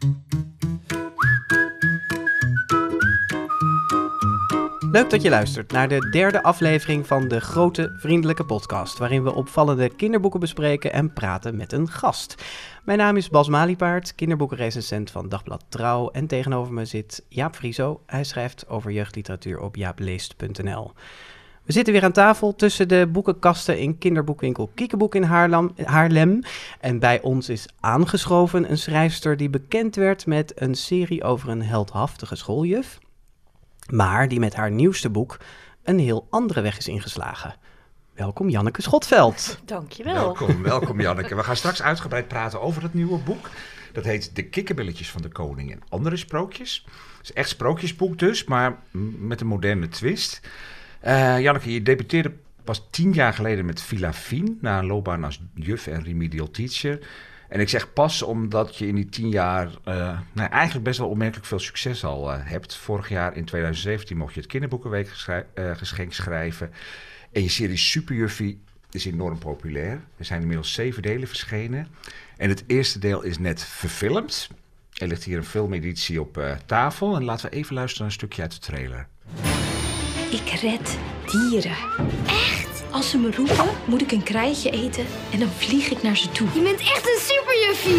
Leuk dat je luistert naar de derde aflevering van de Grote Vriendelijke Podcast, waarin we opvallende kinderboeken bespreken en praten met een gast. Mijn naam is Bas Maliepaard, kinderboekenrecensent van Dagblad Trouw, en tegenover me zit Jaap Frieso. Hij schrijft over jeugdliteratuur op jaapleest.nl. We zitten weer aan tafel tussen de boekenkasten in kinderboekwinkel Kiekeboek in Haarlem. En bij ons is aangeschoven een schrijfster die bekend werd met een serie over een heldhaftige schooljuf, maar die met haar nieuwste boek een heel andere weg is ingeslagen. Welkom Janneke Schotveld. Dankjewel. Welkom Janneke. We gaan straks uitgebreid praten over dat nieuwe boek. Dat heet De Kikkerbilletjes van de Koning en andere sprookjes. Het is echt sprookjesboek dus, maar met een moderne twist. Janneke, je debuteerde pas 10 jaar geleden met Villa Fien, na een loopbaan als juf en remedial teacher. En ik zeg pas omdat je in die 10 jaar eigenlijk best wel opmerkelijk veel succes al hebt. Vorig jaar in 2017 mocht je het Kinderboekenweek geschenk schrijven. En je serie Superjuffie is enorm populair. Er zijn inmiddels 7 delen verschenen. En het eerste deel is net verfilmd. Er ligt hier een filmeditie op tafel. En laten we even luisteren naar een stukje uit de trailer. Ik red dieren. Echt? Als ze me roepen, moet ik een krijtje eten en dan vlieg ik naar ze toe. Je bent echt een superjuffie.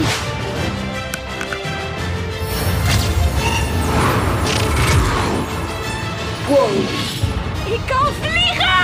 Wow. Ik kan vliegen!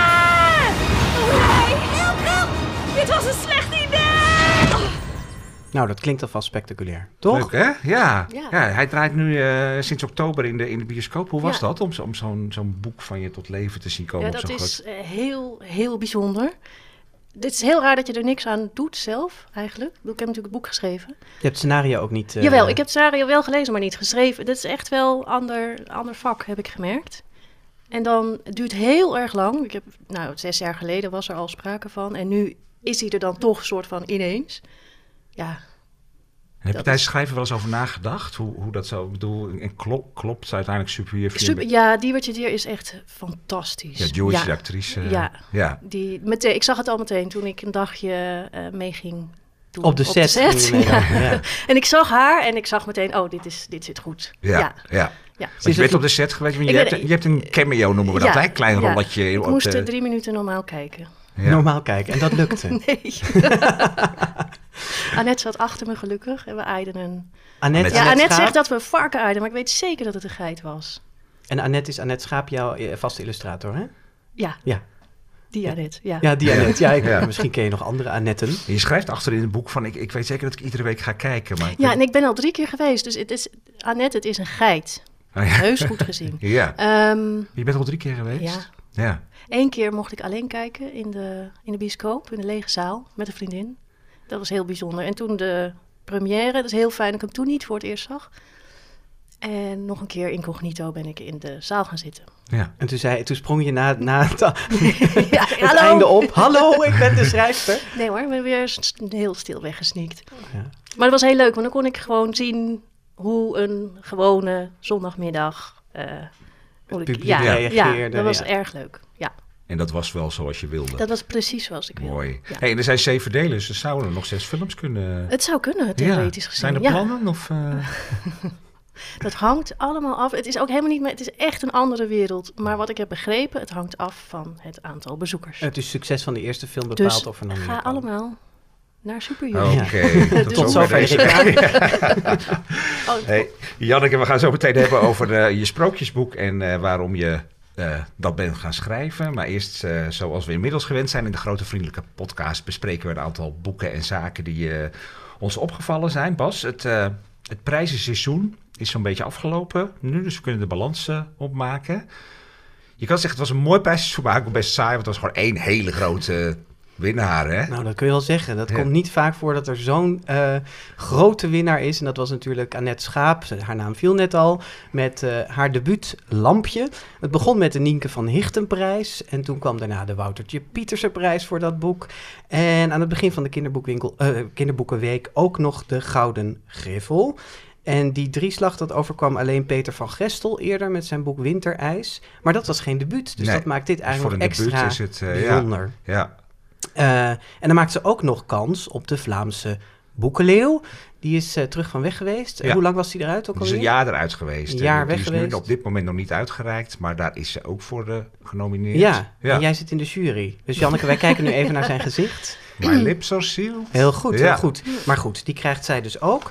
Nee, help! Dit was een slecht idee! Nou, dat klinkt alvast spectaculair, toch? Leuk, hè? Ja. Hij draait nu sinds oktober in de bioscoop. Hoe was dat om zo'n boek van je tot leven te zien komen? Ja, dat is heel bijzonder. Dit is heel raar dat je er niks aan doet zelf, eigenlijk. Ik heb natuurlijk het boek geschreven. Je hebt het scenario ook niet... Jawel, ik heb het scenario wel gelezen, maar niet geschreven. Dat is echt wel een ander vak, heb ik gemerkt. En dan, het duurt heel erg lang. 6 jaar geleden was er al sprake van. En nu is hij er dan toch een soort van ineens. Ja. Heb je tijdens schrijven wel eens over nagedacht? Hoe dat zo... En klopt uiteindelijk Superjuffie? Ja, Diewertje Dier is echt fantastisch. Ja, Joyce, de actrice. Ja. Ik zag het al meteen toen ik een dagje meeging. Op de set. Ja. En ik zag haar en ik zag meteen, dit zit goed. Ja. Want je bent op de set geweest, je hebt een cameo, noemen we dat, een klein rolletje. Ik moest 3 minuten normaal kijken. Ja. Normaal kijken, en dat lukte? Nee. Annette zat achter me gelukkig en we aaiden een... Annette zegt dat we een varken aaiden, maar ik weet zeker dat het een geit was. En Annette Schaap, jouw vaste illustrator, hè? Ja. Die Annette, ja. Ja, die Annette. Ja, misschien ken je nog andere Annetten. Je schrijft achter in het boek van, ik weet zeker dat ik iedere week ga kijken. Maar en ik ben al 3 keer geweest, dus Annette, het is een geit. Oh, ja. Heus goed gezien. Ja. Je bent al 3 keer geweest? Ja. 1 keer mocht ik alleen kijken in de bioscoop, in de lege zaal, met een vriendin. Dat was heel bijzonder. En toen de première, dat is heel fijn dat ik hem toen niet voor het eerst zag. En nog een keer incognito ben ik in de zaal gaan zitten. Ja. En toen sprong je na het einde op. Hallo, ik ben de schrijfster. Nee hoor, ik ben weer heel stil weggesneakt. Ja. Maar dat was heel leuk, want dan kon ik gewoon zien hoe een gewone zondagmiddag... reageerde. Ja, dat was erg leuk, ja. En dat was wel zoals je wilde? Dat was precies zoals ik wilde. Mooi. Ja. Hey, en er zijn 7 delen, dus er zouden nog 6 films kunnen... Het zou kunnen, theoretisch gezien. Zijn er plannen? Of, Dat hangt allemaal af. Het is ook helemaal niet meer... Het is echt een andere wereld. Maar wat ik heb begrepen, het hangt af van het aantal bezoekers. Het is succes van de eerste film bepaald dus of er nog meer ga kan. allemaal naar Superjuffie. Oké. Tot zover. Hey, Janneke, we gaan zo meteen hebben over je sprookjesboek en waarom je dat bent gaan schrijven. Maar eerst, zoals we inmiddels gewend zijn in de Grote Vriendelijke Podcast, bespreken we een aantal boeken en zaken die ons opgevallen zijn. Bas, het prijzenseizoen is zo'n beetje afgelopen nu, dus we kunnen de balans opmaken. Je kan zeggen, het was een mooi prijzenseizoen, maar ook best saai, want het was gewoon 1 hele grote winnaar, hè? Nou, dat kun je wel zeggen. Dat komt niet vaak voor dat er zo'n grote winnaar is. En dat was natuurlijk Annette Schaap. Haar naam viel net al. Met haar debuut Lampje. Het begon met de Nienke van Hichtenprijs. En toen kwam daarna de Woutertje Pietersenprijs voor dat boek. En aan het begin van de kinderboekenweek ook nog de Gouden Griffel. En die drieslag, dat overkwam alleen Peter van Gestel eerder met zijn boek Winterijs. Maar dat was geen debuut. Dus dat maakt dit eigenlijk nog extra bijzonder. Ja. En dan maakt ze ook nog kans op de Vlaamse Boekenleeuw. Die is terug van weg geweest. Ja. Hoe lang was die eruit ook Het is alweer? een jaar eruit geweest. Een jaar En weg die is geweest. nu op dit moment nog niet uitgereikt, maar daar is ze ook voor genomineerd. Ja, en jij zit in de jury. Dus Janneke, wij kijken nu even naar zijn gezicht. My lips are sealed. Heel goed, Ja. heel goed. Maar goed, die krijgt zij dus ook.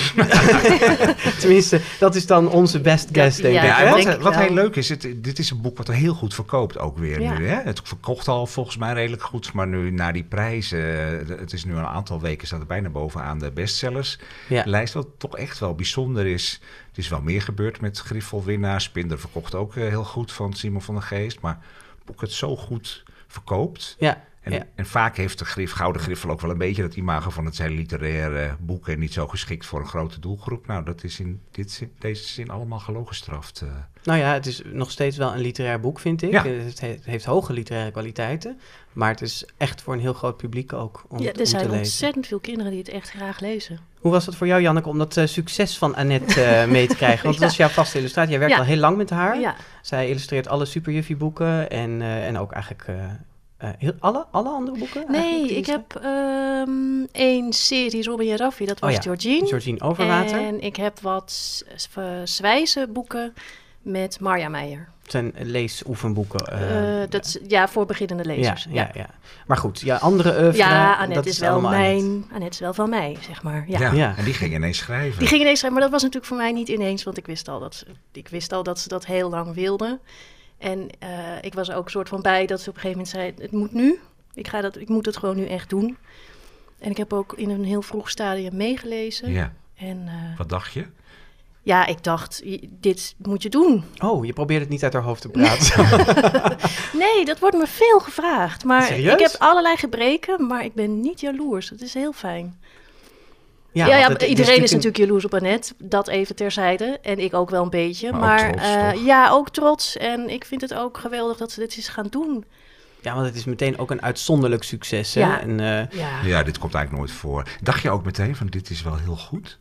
Tenminste, dat is dan onze best guess, denk ja, ik. Ja, hè? en denk ik wat wel. heel leuk is, dit is een boek wat er heel goed verkoopt ook weer Ja. nu. Hè? Het verkocht al volgens mij redelijk goed, maar nu na die prijzen, het is nu een aantal weken, staat het bijna bovenaan de bestsellers. Ja. Lijst wat toch echt wel bijzonder is. Het is wel meer gebeurd met Griffelwinnaar. Spinder verkocht ook heel goed van Simon van der Geest, maar het boek het zo goed verkoopt. Ja. En, Ja. en vaak heeft de Gouden Griffel ook wel een beetje dat imago van het zijn literaire boeken en niet zo geschikt voor een grote doelgroep. Nou, dat is in deze zin allemaal gelogenstraft. Nou ja, het is nog steeds wel een literair boek, vind ik. Ja. Het heeft hoge literaire kwaliteiten. Maar het is echt voor een heel groot publiek ook om, Ja, om er te zijn lezen. ontzettend veel kinderen die het echt graag lezen. Hoe was het voor jou, Janneke, om dat succes van Annette mee te krijgen? Want het was jouw vaste illustratie. Jij werkt Ja. al heel lang met haar. Ja, Zij illustreert alle Super Juffie boeken en ook eigenlijk alle andere boeken? nee, eigenlijk, ik heb één serie Robin en Raffi, dat was Oh ja, Georgine. Georgine Overwater. En ik heb wat Zwijze boeken met Marja Meijer. Het zijn leesoefenboeken. Dat is, voor beginnende lezers. ja. Maar goed, ja, andere oeuvre. Ja, dat Annette is wel allemaal Annette is wel van mij, zeg maar. Ja. Ja. En die ging ineens schrijven. Die ging ineens schrijven, maar dat was natuurlijk voor mij niet ineens, want ik wist al dat ze dat heel lang wilde. En ik was er ook een soort van bij dat ze op een gegeven moment zei, het moet nu. Ik moet het gewoon nu echt doen. En ik heb ook in een heel vroeg stadium meegelezen. Ja. En Wat dacht je? ja, ik dacht, dit moet je doen. Oh, je probeert het niet uit haar hoofd te praten. Nee, dat wordt me veel gevraagd. Maar Serieus? ik heb allerlei gebreken, maar ik ben niet jaloers. Dat is heel fijn. Ja, Ja, want het iedereen is natuurlijk jaloers op Annette. Dat even terzijde. En ik ook wel een beetje. Maar ook trots, toch? ja, ook trots. En ik vind het ook geweldig dat ze dit is gaan doen. Ja, want het is meteen ook een uitzonderlijk succes. Hè? Ja. En, Ja, Ja, dit komt eigenlijk nooit voor. Dacht je ook meteen van dit is wel heel goed?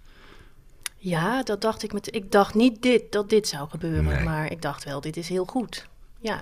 ja dat dacht ik. Ik dacht niet dat dit zou gebeuren. Nee. Maar ik dacht wel, dit is heel goed. Ja.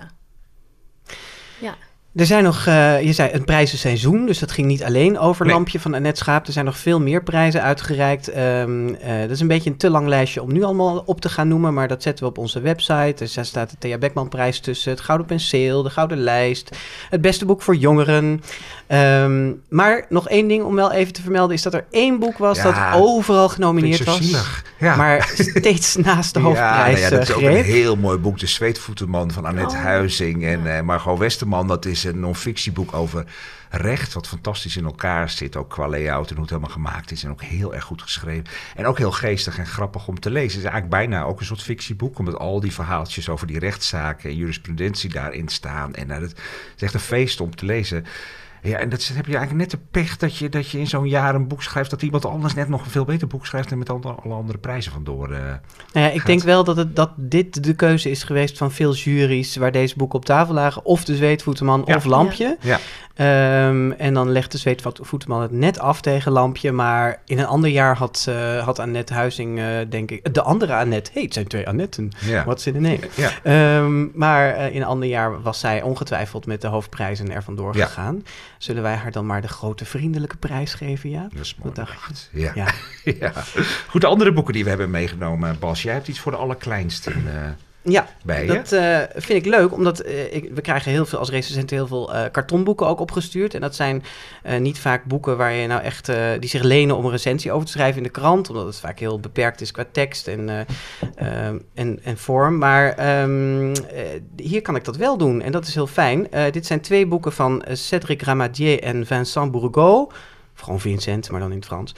Ja. Er zijn nog, je zei een prijzenseizoen, dus dat ging niet alleen over Nee. Lampje van Annette Schaap. Er zijn nog veel meer prijzen uitgereikt. Dat is een beetje een te lang lijstje om nu allemaal op te gaan noemen, maar dat zetten we op onze website. Dus daar staat de Thea Beckman-prijs tussen, het Gouden Penseel, de Gouden Lijst, het beste boek voor jongeren. Maar nog één ding om wel even te vermelden is dat er één boek was Ja, dat overal Vind genomineerd ik zo was, zielig. Ja. maar steeds naast de hoofdprijs dat is ook een greep. heel mooi boek. De Zweetvoetenman van Annette Oh. Huizing en Margot Westerman. Dat is een non-fictieboek over recht, wat fantastisch in elkaar zit. Ook qua layout en hoe het helemaal gemaakt is. En ook heel erg goed geschreven. En ook heel geestig en grappig om te lezen. Het is eigenlijk bijna ook een soort fictieboek, omdat al die verhaaltjes over die rechtszaken en jurisprudentie daarin staan. En het is echt een feest om te lezen. Ja, en dat heb je eigenlijk net de pech dat je in zo'n jaar een boek schrijft, dat iemand anders net nog een veel beter boek schrijft en met alle andere prijzen vandoor. Nou ja, ik gaat. denk wel dat dit de keuze is geweest van veel juries waar deze boeken op tafel lagen. Of de Zweetvoetenman Ja. of Lampje. Ja. En dan legt de Zweetvoetenman het net af tegen Lampje. Maar in een ander jaar had Annette Huizing, denk ik... De andere Annette. Het zijn twee Annetten. Ja. What's in the name? Ja. Maar in een ander jaar was zij ongetwijfeld met de hoofdprijzen er vandoor gegaan. Zullen wij haar dan maar de grote vriendelijke prijs geven, ja? Dat is mooi Wat dacht bedacht. Ja. Ja. Ja. Goed, de andere boeken die we hebben meegenomen, Bas. Jij hebt iets voor de allerkleinste Ja, bij je. dat vind ik leuk, omdat we krijgen heel veel als recensenten heel veel kartonboeken ook opgestuurd. En dat zijn niet vaak boeken waar je nou echt die zich lenen om een recensie over te schrijven in de krant, omdat het vaak heel beperkt is qua tekst en vorm. Maar hier kan ik dat wel doen en dat is heel fijn. Dit zijn 2 boeken van Cédric Ramadier en Vincent Bourgault. Gewoon Vincent, maar dan in het Frans.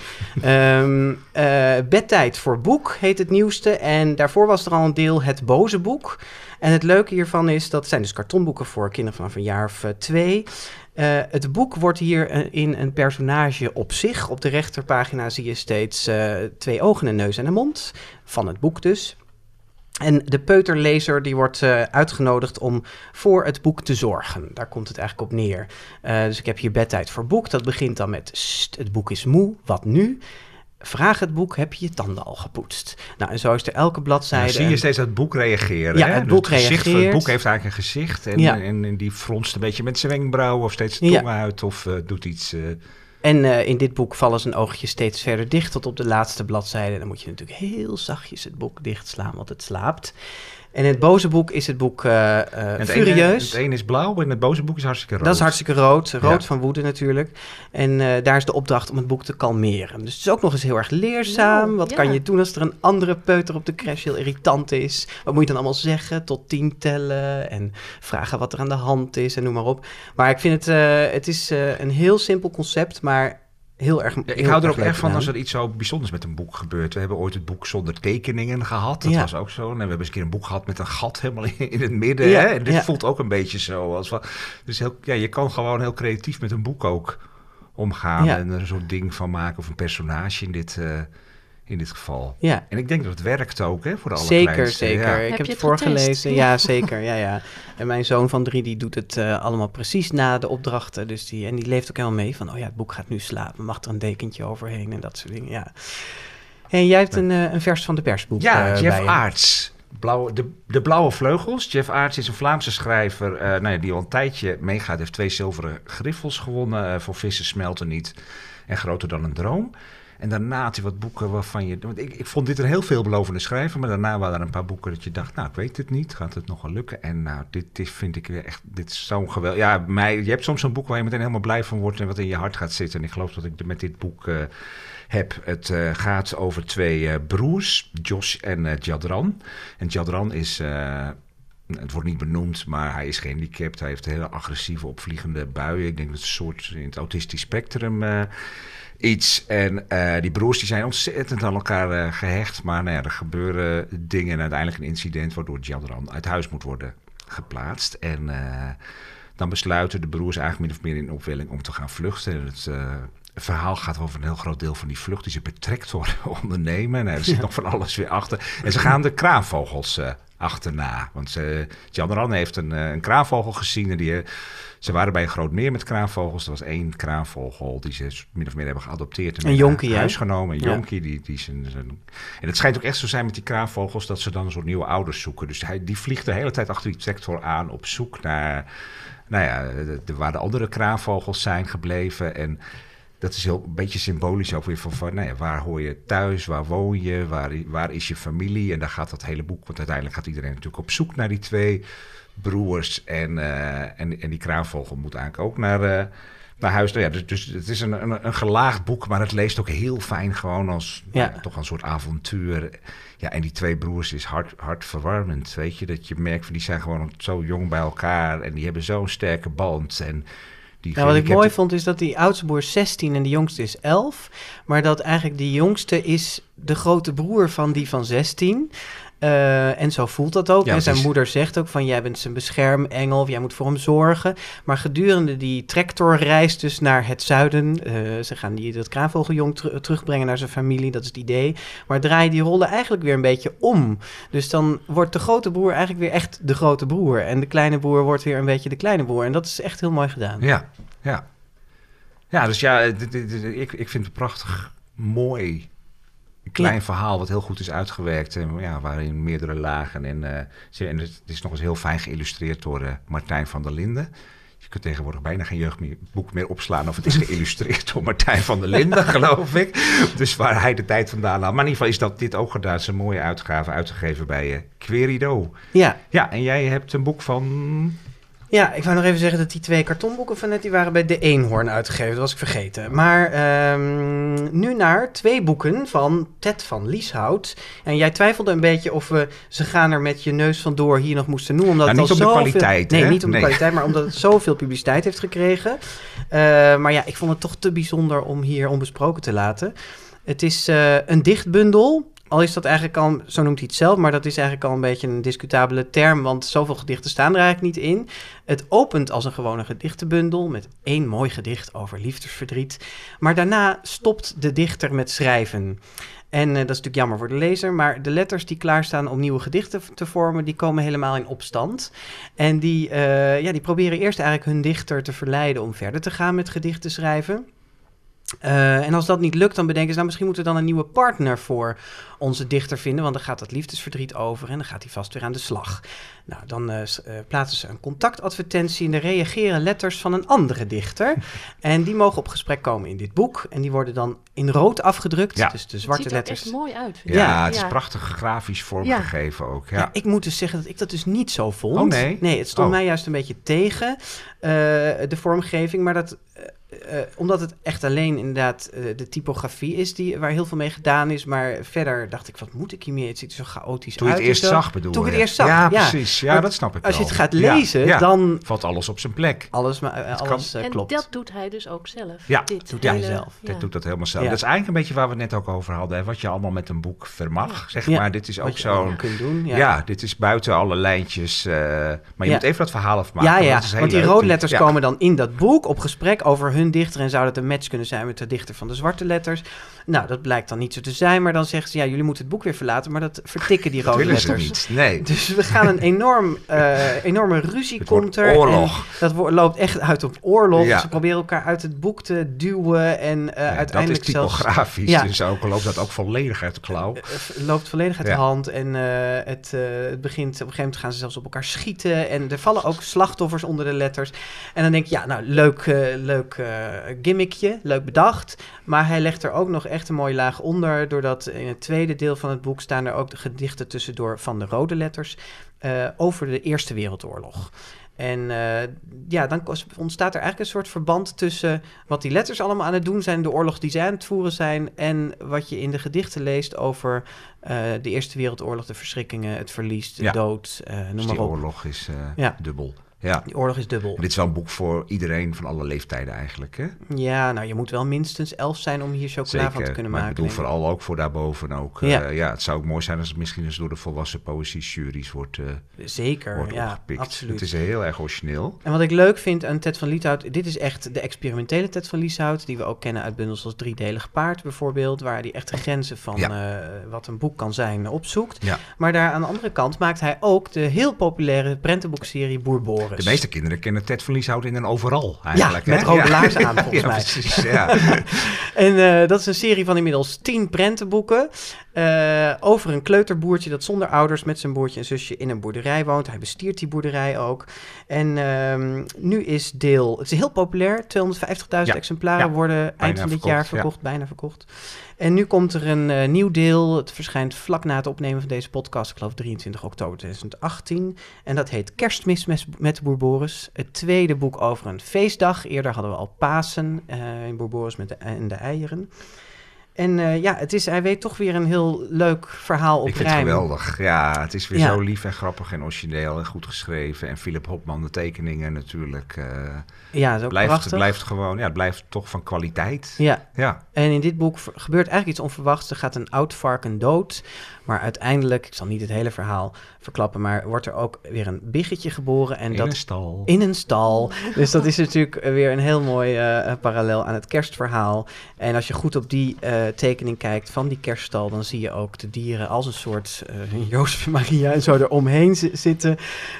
Bedtijd voor boek heet het nieuwste. En daarvoor was er al een deel Het Boze Boek. En het leuke hiervan is, dat zijn dus kartonboeken voor kinderen vanaf een jaar of 2. Het boek wordt hier in een personage op zich. Op de rechterpagina zie je steeds 2 ogen, een neus en een mond. Van het boek dus. En de peuterlezer die wordt uitgenodigd om voor het boek te zorgen. Daar komt het eigenlijk op neer. Dus ik heb hier Bedtijd voor boek. Dat begint dan met het boek is moe, wat nu? Vraag het boek, heb je je tanden al gepoetst? Nou, en zo is er elke bladzijde. Dan zie je steeds dat het boek reageren. Ja, hè? het boek gezicht van reageert. het boek heeft eigenlijk een gezicht. En, Ja. en die fronst een beetje met zijn wenkbrauwen of steeds de Ja. tong uit of doet iets En in dit boek vallen zijn oogjes steeds verder dicht tot op de laatste bladzijde. Dan moet je natuurlijk heel zachtjes het boek dichtslaan, want het slaapt. En in het boze boek is het boek Furieus. Het een is blauw en het boze boek is hartstikke rood. Dat is hartstikke rood. Rood van woede natuurlijk. En daar is de opdracht om het boek te kalmeren. Dus het is ook nog eens heel erg leerzaam. Wat kan je doen als er een andere peuter op de crash heel irritant is? Wat moet je dan allemaal zeggen? Tot 10 tellen en vragen wat er aan de hand is en noem maar op. Maar ik vind het is een heel simpel concept, maar heel erg. Ik hou er ook echt van als er iets zo bijzonders met een boek gebeurt. We hebben ooit het boek zonder tekeningen gehad. Dat was ook zo. En we hebben eens een keer een boek gehad met een gat helemaal in het midden. Ja, hè? En dit voelt ook een beetje zo. Dus je kan gewoon heel creatief met een boek ook omgaan. Ja. En er een soort ding van maken. Of een personage in dit geval. Ja. En ik denk dat het werkt ook, hè, voor de allerkleinste. Zeker. Ik heb het voorgelezen. Ja, zeker. Ja. En mijn zoon van 3, die doet het allemaal precies na de opdrachten. Dus die leeft ook helemaal mee van, het boek gaat nu slapen. Mag er een dekentje overheen en dat soort dingen, ja. En jij hebt een vers van de persboek. Ja, Jeff Aerts. De Blauwe Vleugels. Jeff Aerts is een Vlaamse schrijver die al een tijdje meegaat. Heeft 2 zilveren griffels gewonnen. Voor Vissen smelten niet en Groter dan een droom. En daarna had hij wat boeken waarvan je... Want ik vond dit een heel veelbelovende schrijver, maar daarna waren er een paar boeken dat je dacht, ik weet het niet, gaat het nog wel lukken? En dit vind ik weer echt, dit is zo'n geweld. Ja, je hebt soms een boek waar je meteen helemaal blij van wordt en wat in je hart gaat zitten. En ik geloof dat ik met dit boek heb. Het gaat over 2 broers, Josh en Jadran. En Jadran is... het wordt niet benoemd, maar hij is gehandicapt. Hij heeft hele agressieve, opvliegende buien. Ik denk dat het een soort in het autistisch spectrum... iets. En die broers die zijn ontzettend aan elkaar gehecht. Maar er gebeuren dingen en uiteindelijk een incident waardoor Jadran uit huis moet worden geplaatst. En dan besluiten de broers eigenlijk min of meer in opwelling om te gaan vluchten. En het verhaal gaat over een heel groot deel van die vlucht die ze per tractor ondernemen. En er zit nog van alles weer achter. En ze gaan de kraanvogels achterna. Want Jadran heeft een kraanvogel gezien en ze waren bij een groot meer met kraanvogels. Er was 1 kraanvogel die ze min of meer hebben geadopteerd. En jonkie, huis genomen. Een jonkie. En het schijnt ook echt zo zijn met die kraanvogels dat ze dan een soort nieuwe ouders zoeken. Dus die vliegt de hele tijd achter die tractor aan op zoek naar... waar de andere kraanvogels zijn gebleven. En dat is een beetje symbolisch ook weer van waar hoor je thuis, waar woon je, waar is je familie? En daar gaat dat hele boek, want uiteindelijk gaat iedereen natuurlijk op zoek naar die 2 broers. En die kraanvogel moet eigenlijk ook naar huis. Dus het is een gelaagd boek, maar het leest ook heel fijn gewoon als toch een soort avontuur. Ja, en die 2 broers is hartverwarmend, weet je. Dat je merkt van die zijn gewoon zo jong bij elkaar en die hebben zo'n sterke band en... wat ik mooi vond is dat die oudste broer is 16 en de jongste is 11. Maar dat eigenlijk die jongste is de grote broer van die van 16. En zo voelt dat ook. Ja, en zijn moeder zegt ook van, jij bent zijn beschermengel, jij moet voor hem zorgen. Maar gedurende die tractorreis dus naar het zuiden, ze gaan dat kraanvogeljong terugbrengen naar zijn familie, dat is het idee. Maar draaien die rollen eigenlijk weer een beetje om. Dus dan wordt de grote broer eigenlijk weer echt de grote broer. En de kleine broer wordt weer een beetje de kleine broer. En dat is echt heel mooi gedaan. Ja, dus ik vind het prachtig mooi. Een klein verhaal wat heel goed is uitgewerkt. Waarin meerdere lagen. En het is nog eens heel fijn geïllustreerd door Martijn van der Linden. Je kunt tegenwoordig bijna geen jeugdboek meer opslaan. Of het is geïllustreerd door Martijn van der Linden, geloof ik. Dus waar hij de tijd vandaan haalt. Maar in ieder geval is dit ook gedaan. Het is een mooie uitgave uitgegeven bij Querido. Ja, en jij hebt een boek van... Ja, ik wou nog even zeggen dat die 2 kartonboeken van net, die waren bij De Eenhoorn uitgegeven. Dat was ik vergeten. Maar nu naar 2 boeken van Ted van Lieshout. En jij twijfelde een beetje of we Ze gaan er met je neus vandoor hier nog moesten noemen. Omdat niet om de kwaliteit. Nee, niet om de kwaliteit, maar omdat het zoveel publiciteit heeft gekregen. Maar ik vond het toch te bijzonder om hier onbesproken te laten. Het is een dichtbundel. Al is dat eigenlijk al, zo noemt hij het zelf, maar dat is eigenlijk al een beetje een discutabele term, want zoveel gedichten staan er eigenlijk niet in. Het opent als een gewone gedichtenbundel met 1 mooi gedicht over liefdesverdriet. Maar daarna stopt de dichter met schrijven. En dat is natuurlijk jammer voor de lezer, maar de letters die klaarstaan om nieuwe gedichten te vormen, die komen helemaal in opstand. En die proberen eerst eigenlijk hun dichter te verleiden om verder te gaan met gedichten schrijven. En als dat niet lukt, dan bedenken ze, nou, misschien moeten we dan een nieuwe partner voor onze dichter vinden, want dan gaat dat liefdesverdriet over en dan gaat hij vast weer aan de slag. Nou, dan plaatsen ze een contactadvertentie en er reageren letters van een andere dichter. En die mogen op gesprek komen in dit boek. En die worden dan in rood afgedrukt, dus de zwarte het letters. ziet er echt mooi uit. Vind ik. Ja, het is prachtig grafisch vormgegeven ook. Ja. Ja, ik moet dus zeggen dat ik dat dus niet zo vond. Oh, nee? Nee, het stond mij juist een beetje tegen, de vormgeving. Maar dat, omdat het echt alleen inderdaad de typografie is waar heel veel mee gedaan is. Maar verder dacht ik, wat moet ik hiermee? Het ziet er zo chaotisch Toen je uit. het eerst zag, bedoel je? Toen ik het eerst zag, ja. Precies. Ja, Maar dat snap ik als wel. je het gaat lezen, dan valt alles op zijn plek. alles En klopt. dat doet hij dus ook zelf. Ja, doet hij zelf. Ja. Dit doet dat helemaal zelf. Ja. Dat is eigenlijk een beetje waar we het net ook over hadden. Hè? Wat je allemaal met een boek vermag, zeg Ja. maar. Dit is ook Wat je allemaal zo'n... kunt doen. Ja. Dit is buiten alle lijntjes. Maar je moet even dat verhaal afmaken. Ja, Dat is heel want die leuk. rode letters Ja. komen dan in dat boek op gesprek over hun dichter. En zou dat een match kunnen zijn met de dichter van de zwarte letters? Nou, dat blijkt dan niet zo te zijn. Maar dan zeggen ze, ja, jullie moeten het boek weer verlaten. Maar dat vertikken die Dat rode willen ze letters. niet. Nee. Dus we gaan een enorme ruzie Het komt wordt er. oorlog. En dat loopt echt uit op oorlog. Ja. Ze proberen elkaar uit het boek te duwen. En Nee, uiteindelijk dat is typografisch. Ja. Dus ook al loopt dat ook volledig uit de klauw. loopt volledig uit Ja. de hand. En het begint, op een gegeven moment gaan ze zelfs op elkaar schieten. En er vallen ook slachtoffers onder de letters. En dan denk je, ja, nou, leuk gimmickje, leuk bedacht. Maar hij legt er ook nog echt een mooie laag onder. Doordat in het tweede deel van het boek staan er ook de gedichten tussendoor van de rode letters. Over de Eerste Wereldoorlog. En dan ontstaat er eigenlijk een soort verband tussen wat die letters allemaal aan het doen zijn, de oorlog die zij aan het voeren zijn, en wat je in de gedichten leest over de Eerste Wereldoorlog, de verschrikkingen, het verlies, de dood, noem Dus maar die op. oorlog is dubbel. Ja. Die oorlog is dubbel. En dit is wel een boek voor iedereen van alle leeftijden eigenlijk, hè? Ja, nou, je moet wel minstens 11 zijn om hier chocola van te kunnen maar maken. ik bedoel denk ik. vooral ook voor daarboven ook. Ja. Het zou ook mooi zijn als het misschien eens door de volwassen poëzie-juries wordt Zeker, ja, opgepikt. absoluut. Het is heel erg origineel. En wat ik leuk vind aan Ted van Lieshout, dit is echt de experimentele Ted van Lieshout, die we ook kennen uit bundels als Driedelig Paard bijvoorbeeld, waar hij echt de grenzen van wat een boek kan zijn opzoekt. Ja. Maar daar aan de andere kant maakt hij ook de heel populaire prentenboekserie Boer Boris. De meeste kinderen kennen Ted van Lieshout in een overal eigenlijk. Ja, met rode laarzen aan volgens mij. Precies, ja. En dat is een serie van inmiddels 10 prentenboeken over een kleuterboertje dat zonder ouders met zijn broertje en zusje in een boerderij woont. Hij bestiert die boerderij ook. En nu is het is heel populair. 250.000 exemplaren worden eind van dit jaar verkocht, bijna verkocht. En nu komt er een nieuw deel. Het verschijnt vlak na het opnemen van deze podcast, ik geloof 23 oktober 2018. En dat heet Kerstmis met Boer Boris. Het tweede boek over een feestdag. Eerder hadden we al Pasen in Boer Boris en de eieren. En hij weet toch weer een heel leuk verhaal op rijm. Ik vind het geweldig. Ja, het is weer zo lief en grappig en origineel en goed geschreven. En Philip Hopman, de tekeningen natuurlijk. Ja, dat is ook prachtig. Het blijft gewoon, het blijft toch van kwaliteit. Ja. En in dit boek gebeurt eigenlijk iets onverwachts. Er gaat een oud varken dood. Maar uiteindelijk, ik zal niet het hele verhaal verklappen, maar wordt er ook weer een biggetje geboren. En in een stal. In een stal. Dus dat is natuurlijk weer een heel mooi parallel aan het kerstverhaal. En als je goed op die tekening kijkt van die kerststal, dan zie je ook de dieren als een soort Jozef en Maria en zo eromheen zitten.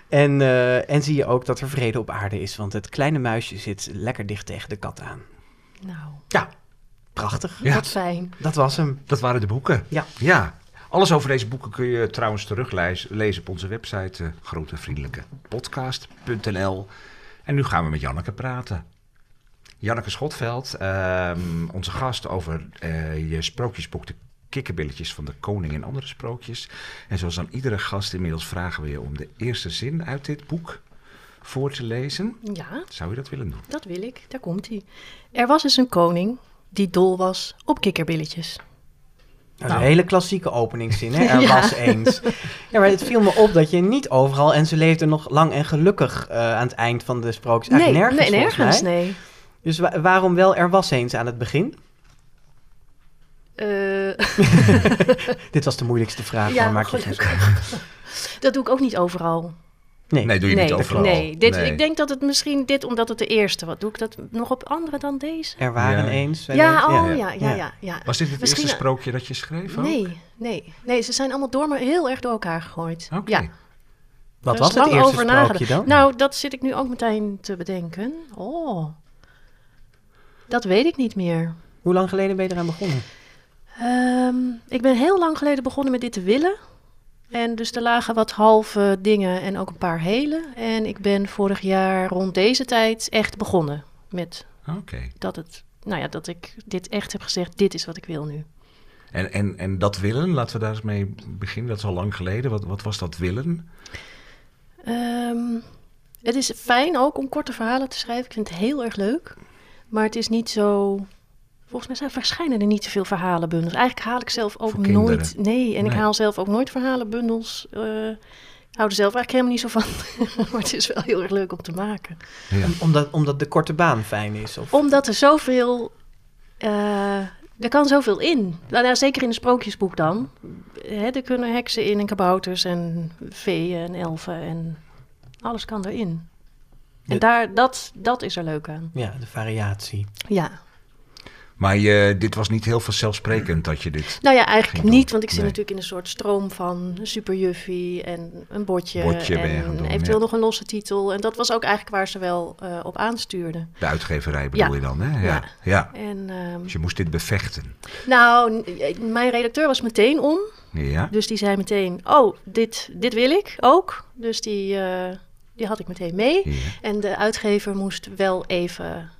En zie je ook dat er vrede op aarde is, want het kleine muisje zit lekker dicht tegen de kat aan. Nou. Ja. Prachtig. Ja. Wat fijn. Dat was hem. Dat waren de boeken. Ja. Alles over deze boeken kun je trouwens teruglezen op onze website grotevriendelijkepodcast.nl. En nu gaan we met Janneke praten. Janneke Schotveld, onze gast over je sprookjesboek De Kikkerbilletjes van de Koning en andere sprookjes. En zoals aan iedere gast inmiddels vragen we je om de eerste zin uit dit boek voor te lezen. Ja. Zou je dat willen doen? Dat wil ik. Daar komt hij. Er was eens een koning die dol was op kikkerbilletjes. Dat is een hele klassieke openingszin, hè? Er was eens. Ja, maar het viel me op dat je niet overal... En ze leefde nog lang en gelukkig aan het eind van de sprookjes. Eigenlijk nergens, nee. Dus waarom wel er was eens aan het begin? Dit was de moeilijkste vraag. Ja, maar gelukkig. Dat doe ik ook niet overal. Nee, doe je niet overal. Nee, ik denk dat het misschien omdat het de eerste was. Doe ik dat nog op andere dan deze? Er waren eens. Ja. Was dit het eerste sprookje dat je schreef ook? Nee, ze zijn allemaal heel erg door elkaar gegooid. Oké. Ja. Wat was het eerste sprookje dan? Nou, dat zit ik nu ook meteen te bedenken. Oh, dat weet ik niet meer. Hoe lang geleden ben je eraan begonnen? Ik ben heel lang geleden begonnen met dit te willen. En dus er lagen wat halve dingen en ook een paar hele. En ik ben vorig jaar rond deze tijd echt begonnen met Oké. dat ik dit echt heb gezegd, dit is wat ik wil nu. En dat willen, laten we daar eens mee beginnen. Dat is al lang geleden. Wat was dat willen? Het is fijn ook om korte verhalen te schrijven. Ik vind het heel erg leuk. Maar het is niet zo... Volgens mij verschijnen er niet zoveel verhalenbundels. Eigenlijk haal ik zelf ook Voor kinderen. nooit... Nee, ik haal zelf ook nooit verhalenbundels. Ik hou er zelf eigenlijk helemaal niet zo van. Maar het is wel heel erg leuk om te maken. Ja. Omdat de korte baan fijn is? Of? Omdat er zoveel... er kan zoveel in. Nou, zeker in een sprookjesboek dan. Er kunnen heksen in en kabouters en feeën en elfen en alles kan erin. En dat is er leuk aan. Ja, de variatie. Ja. Maar dit was niet heel vanzelfsprekend dat je dit... Nou ja, eigenlijk ging niet, doen. want ik zit Nee. natuurlijk in een soort stroom van superjuffie en een bordje Ben je gaan en doen, eventueel ja. nog een losse titel. En dat was ook eigenlijk waar ze wel op aanstuurden. De uitgeverij bedoel Ja. je dan, hè? Ja. Ja. En Dus je moest dit bevechten. nou, mijn redacteur was meteen om. Ja? Dus die zei meteen, oh, dit wil ik ook. Dus die had ik meteen mee. Ja. En de uitgever moest wel even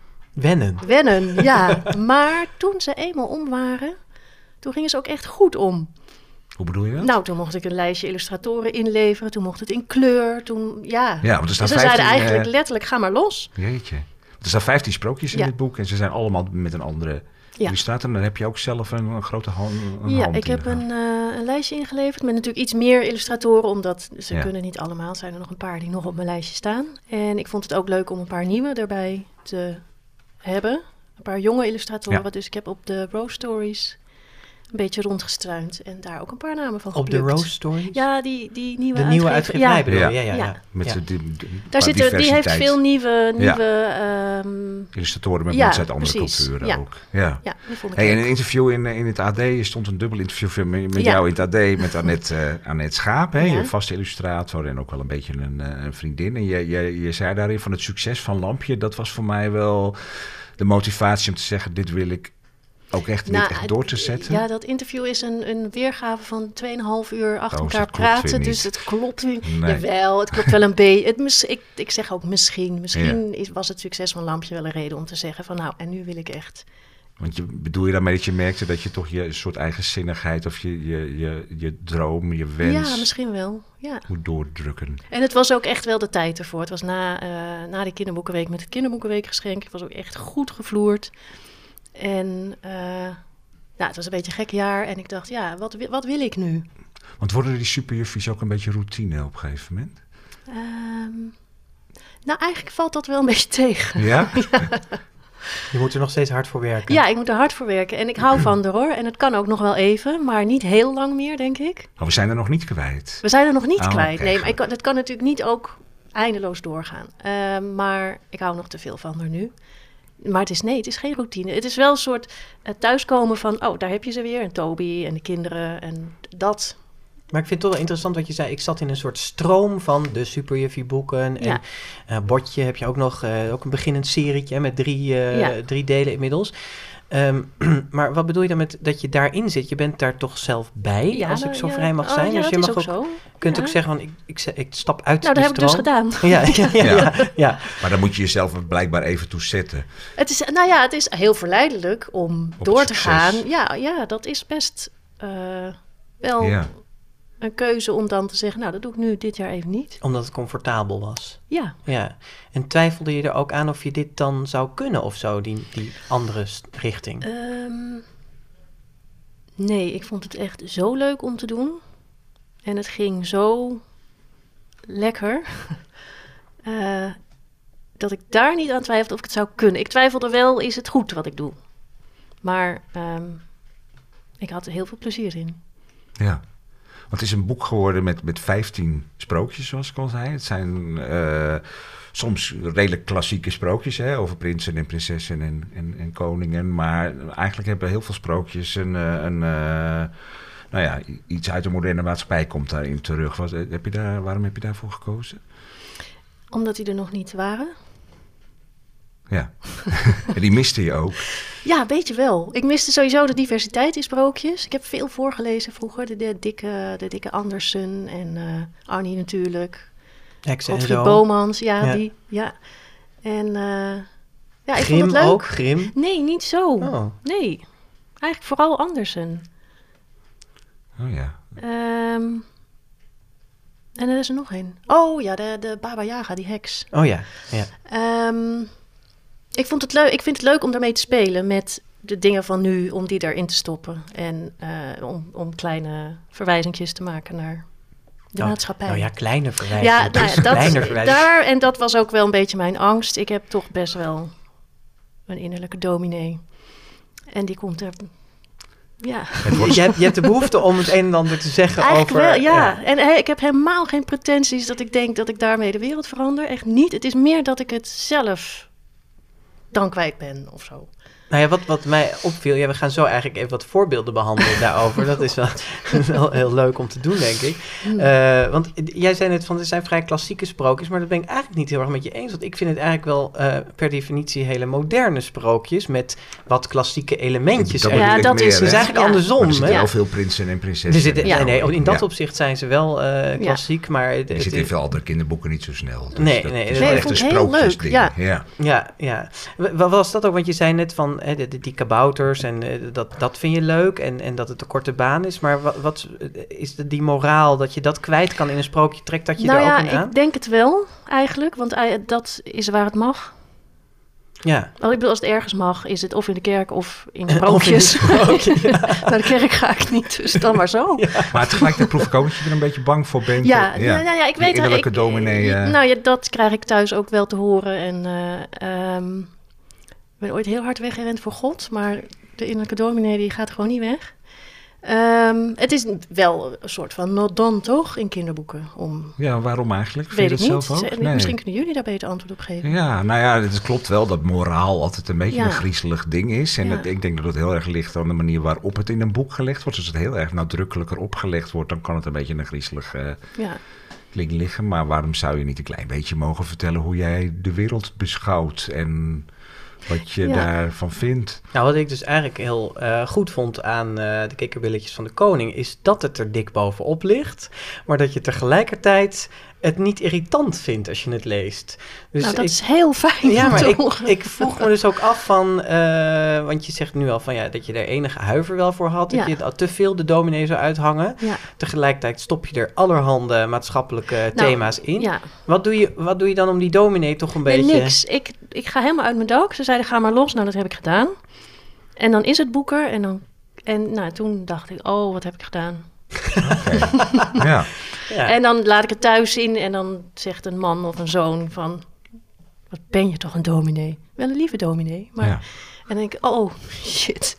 Wennen. ja. Maar toen ze eenmaal om waren, toen gingen ze ook echt goed om. Hoe bedoel je dat? Nou, toen mocht ik een lijstje illustratoren inleveren. Toen mocht het in kleur. Toen, ja. Ja, want er En staan ze 15... zeiden eigenlijk letterlijk, ga maar los. Jeetje. Er staan 15 sprookjes in Ja. dit boek en ze zijn allemaal met een andere Ja. illustrator. En dan heb je ook zelf een grote hand Ja, hand ik in heb de hand. een lijstje ingeleverd met natuurlijk iets meer illustratoren, omdat ze Ja. kunnen niet allemaal. Er zijn er nog een paar die nog op mijn lijstje staan. En ik vond het ook leuk om een paar nieuwe erbij te hebben. Een paar jonge illustratoren. Ja. Dus ik heb op de Rose Stories een beetje rondgestruind en daar ook een paar namen van Op de geplukt. Rose Stories? Ja, die nieuwe De nieuwe uitgever. uitgeverij Ja. bedoel je? Ja. Ja. Met Ja. qua Die heeft diversiteit. veel nieuwe Illustratoren met Ja, mensen uit andere precies. culturen Ja. ook. Ja. Ja, die vond ik Hey, in leuk. een interview in het AD stond een dubbel interview met Ja. jou in het AD met Annette Schaap, hè, Ja. je vaste illustrator en ook wel een beetje een vriendin. En je zei daarin van het succes van Lampje, dat was voor mij wel de motivatie om te zeggen, dit wil ik ook echt, Nou, dit echt door te zetten. Ja, dat interview is een weergave van 2,5 uur achter Oh, dus elkaar dat klopt weer praten. niet. Dus het klopt niet. Nee. Jawel, het klopt wel een beetje. Ik zeg ook misschien. Misschien Ja. was het succes van Lampje wel een reden om te zeggen van nou, en nu wil ik echt. Want bedoel je daarmee dat je merkte dat je toch je soort eigenzinnigheid of je droom, je wens Ja, misschien wel. Ja. moet doordrukken? En het was ook echt wel de tijd ervoor. Het was na die kinderboekenweek met het kinderboekenweekgeschenk. Het was ook echt goed gevloerd. En het was een beetje een gek jaar. En ik dacht, ja, wat wil ik nu? Want worden die superjuffies ook een beetje routine op een gegeven moment? Nou, eigenlijk valt dat wel een beetje tegen. Ja? Je moet er nog steeds hard voor werken. Ja, ik moet er hard voor werken. En ik hou van haar hoor. En het kan ook nog wel even, maar niet heel lang meer, denk ik. Oh, we zijn er nog niet kwijt. We zijn er nog niet Oh, kwijt. oké, Nee, maar goed. het kan natuurlijk niet ook eindeloos doorgaan. Maar ik hou nog te veel van haar nu. Maar het is geen routine. Het is wel een soort thuiskomen van, oh, daar heb je ze weer. En Toby en de kinderen en dat. Maar ik vind het toch wel interessant wat je zei. Ik zat in een soort stroom van de Superjuffie boeken. En Bordje heb je ook nog, ook een beginnend serietje met drie delen inmiddels. Maar wat bedoel je dan met dat je daarin zit? Je bent daar toch zelf bij, Ja, als ik zo vrij mag zijn. Ja, Dus je dat mag is ook zo. kunt Ja. ook zeggen, van, ik stap uit Nou, de dat heb ik dus stroom. gedaan. Ja. Maar dan moet je jezelf er blijkbaar even toe zetten. Het is heel verleidelijk om Op door te succes. gaan. Ja, dat is best wel Ja. een keuze om dan te zeggen, nou, dat doe ik nu dit jaar even niet. Omdat het comfortabel was. Ja. Ja. En twijfelde je er ook aan of je dit dan zou kunnen of zo, die andere richting? Nee, ik vond het echt zo leuk om te doen. En het ging zo lekker. Dat ik daar niet aan twijfelde of ik het zou kunnen. Ik twijfelde wel, is het goed wat ik doe? Maar ik had er heel veel plezier in. Ja. Want het is een boek geworden met 15 sprookjes, zoals ik al zei. Het zijn soms redelijk klassieke sprookjes, hè, over prinsen en prinsessen en koningen. Maar eigenlijk hebben heel veel sprookjes iets uit de moderne maatschappij komt daarin terug. Waarom heb je daarvoor gekozen? Omdat die er nog niet waren. Ja, en die miste je ook. Ja, weet je wel. Ik miste sowieso de diversiteit in sprookjes. Ik heb veel voorgelezen vroeger. De dikke Andersen en Arnie natuurlijk. Heksen en Godfried zo. Bomans, Ja. die. Ja. En ik Grimm vond het leuk. ook, Grimm. Nee, niet zo. Oh. Nee. Eigenlijk vooral Andersen. Oh ja. En er is er nog een. Oh ja, de Baba Yaga, die heks. Oh ja. Ik vind het leuk om daarmee te spelen met de dingen van nu, om die erin te stoppen. En om kleine verwijzingjes te maken naar de maatschappij. Nou ja, kleine verwijzing. Ja, Kleine verwijzing. en dat was ook wel een beetje mijn angst. Ik heb toch best wel een innerlijke dominee. En die komt er... Ja, Je hebt de behoefte om het een en ander te zeggen eigenlijk over... wel, ja. En ik heb helemaal geen pretenties dat ik denk dat ik daarmee de wereld verander. Echt niet. Het is meer dat ik het zelf dan kwijt ben of zo. Nou ja, wat mij opviel... Ja, we gaan zo eigenlijk even wat voorbeelden behandelen daarover. Dat is wel heel leuk om te doen, denk ik. Want jij zei net van, er zijn vrij klassieke sprookjes... maar dat ben ik eigenlijk niet heel erg met je eens. Want ik vind het eigenlijk wel per definitie hele moderne sprookjes... met wat klassieke elementjes. Dat Ja, bedoel ik dat meer, is Het is hè? eigenlijk Ja. andersom. Maar er zitten hè? wel veel prinsen en Er prinsessen. zitten, Ja. nee, in dat Ja. opzicht zijn ze wel klassiek, maar... Je zit in veel andere kinderboeken niet zo snel. Dus Nee, dat nee, is nee, wel ik echt een vond het heel sprookjesding. leuk, Ja. Ja. Wat was dat ook? Want je zei net van die kabouters en dat vind je leuk en dat het een korte baan is. Maar wat is die moraal dat je dat kwijt kan in een sprookje? Trekt dat je Nou er ook ja, in aan? ik denk het wel eigenlijk, want dat is waar het mag. Ja. Wel, ik bedoel, als het ergens mag, is het of in de kerk of in Of in een sprookjes. sprookje, ja. Naar de kerk ga ik niet, dus dan maar zo. Maar tegelijkertijd proef ik ook dat je er een beetje bang voor bent. Ja, ja. ik Die weet innerlijke dominee. Nou ja, dat krijg ik thuis ook wel te horen. En ik ben ooit heel hard weggerend voor God, maar de innerlijke dominee die gaat gewoon niet weg. Het is wel een soort van not done, toch, in kinderboeken? Ja, waarom eigenlijk? Vind Weet je ik dat niet. zelf ook? Nee. Misschien kunnen jullie daar beter antwoord op geven. Ja, nou ja, het klopt wel dat moraal altijd een beetje Ja. een griezelig ding is. En Ja. ik denk dat het heel erg ligt aan de manier waarop het in een boek gelegd wordt. Als het heel erg nadrukkelijker opgelegd wordt, dan kan het een beetje een griezelig Ja. ding liggen. Maar waarom zou je niet een klein beetje mogen vertellen hoe jij de wereld beschouwt en wat je Ja. daarvan vindt? Nou, wat ik dus eigenlijk heel goed vond aan de kikkerbilletjes van de koning... is dat het er dik bovenop ligt, maar dat je tegelijkertijd het niet irritant vindt als je het leest. Dus Nou, dat is heel fijn. Ja, maar toch? ik vroeg me dus ook af van... want je zegt nu al van dat je er enige huiver wel voor had. Dat Ja. je te veel de dominee zou uithangen. Ja. Tegelijkertijd stop je er allerhande maatschappelijke thema's in. Ja. Wat doe je dan om die dominee toch een Nee, beetje... niks. Ik ga helemaal uit mijn dak. Ze zeiden, ga maar los. Nou, dat heb ik gedaan. En dan is het boek er. En toen dacht ik, oh, wat heb ik gedaan? Ja. Ja. En dan laat ik het thuis zien. En dan zegt een man of een zoon van... Wat ben je toch een dominee? Wel een lieve dominee. Maar... Ja. En dan denk ik, oh, shit.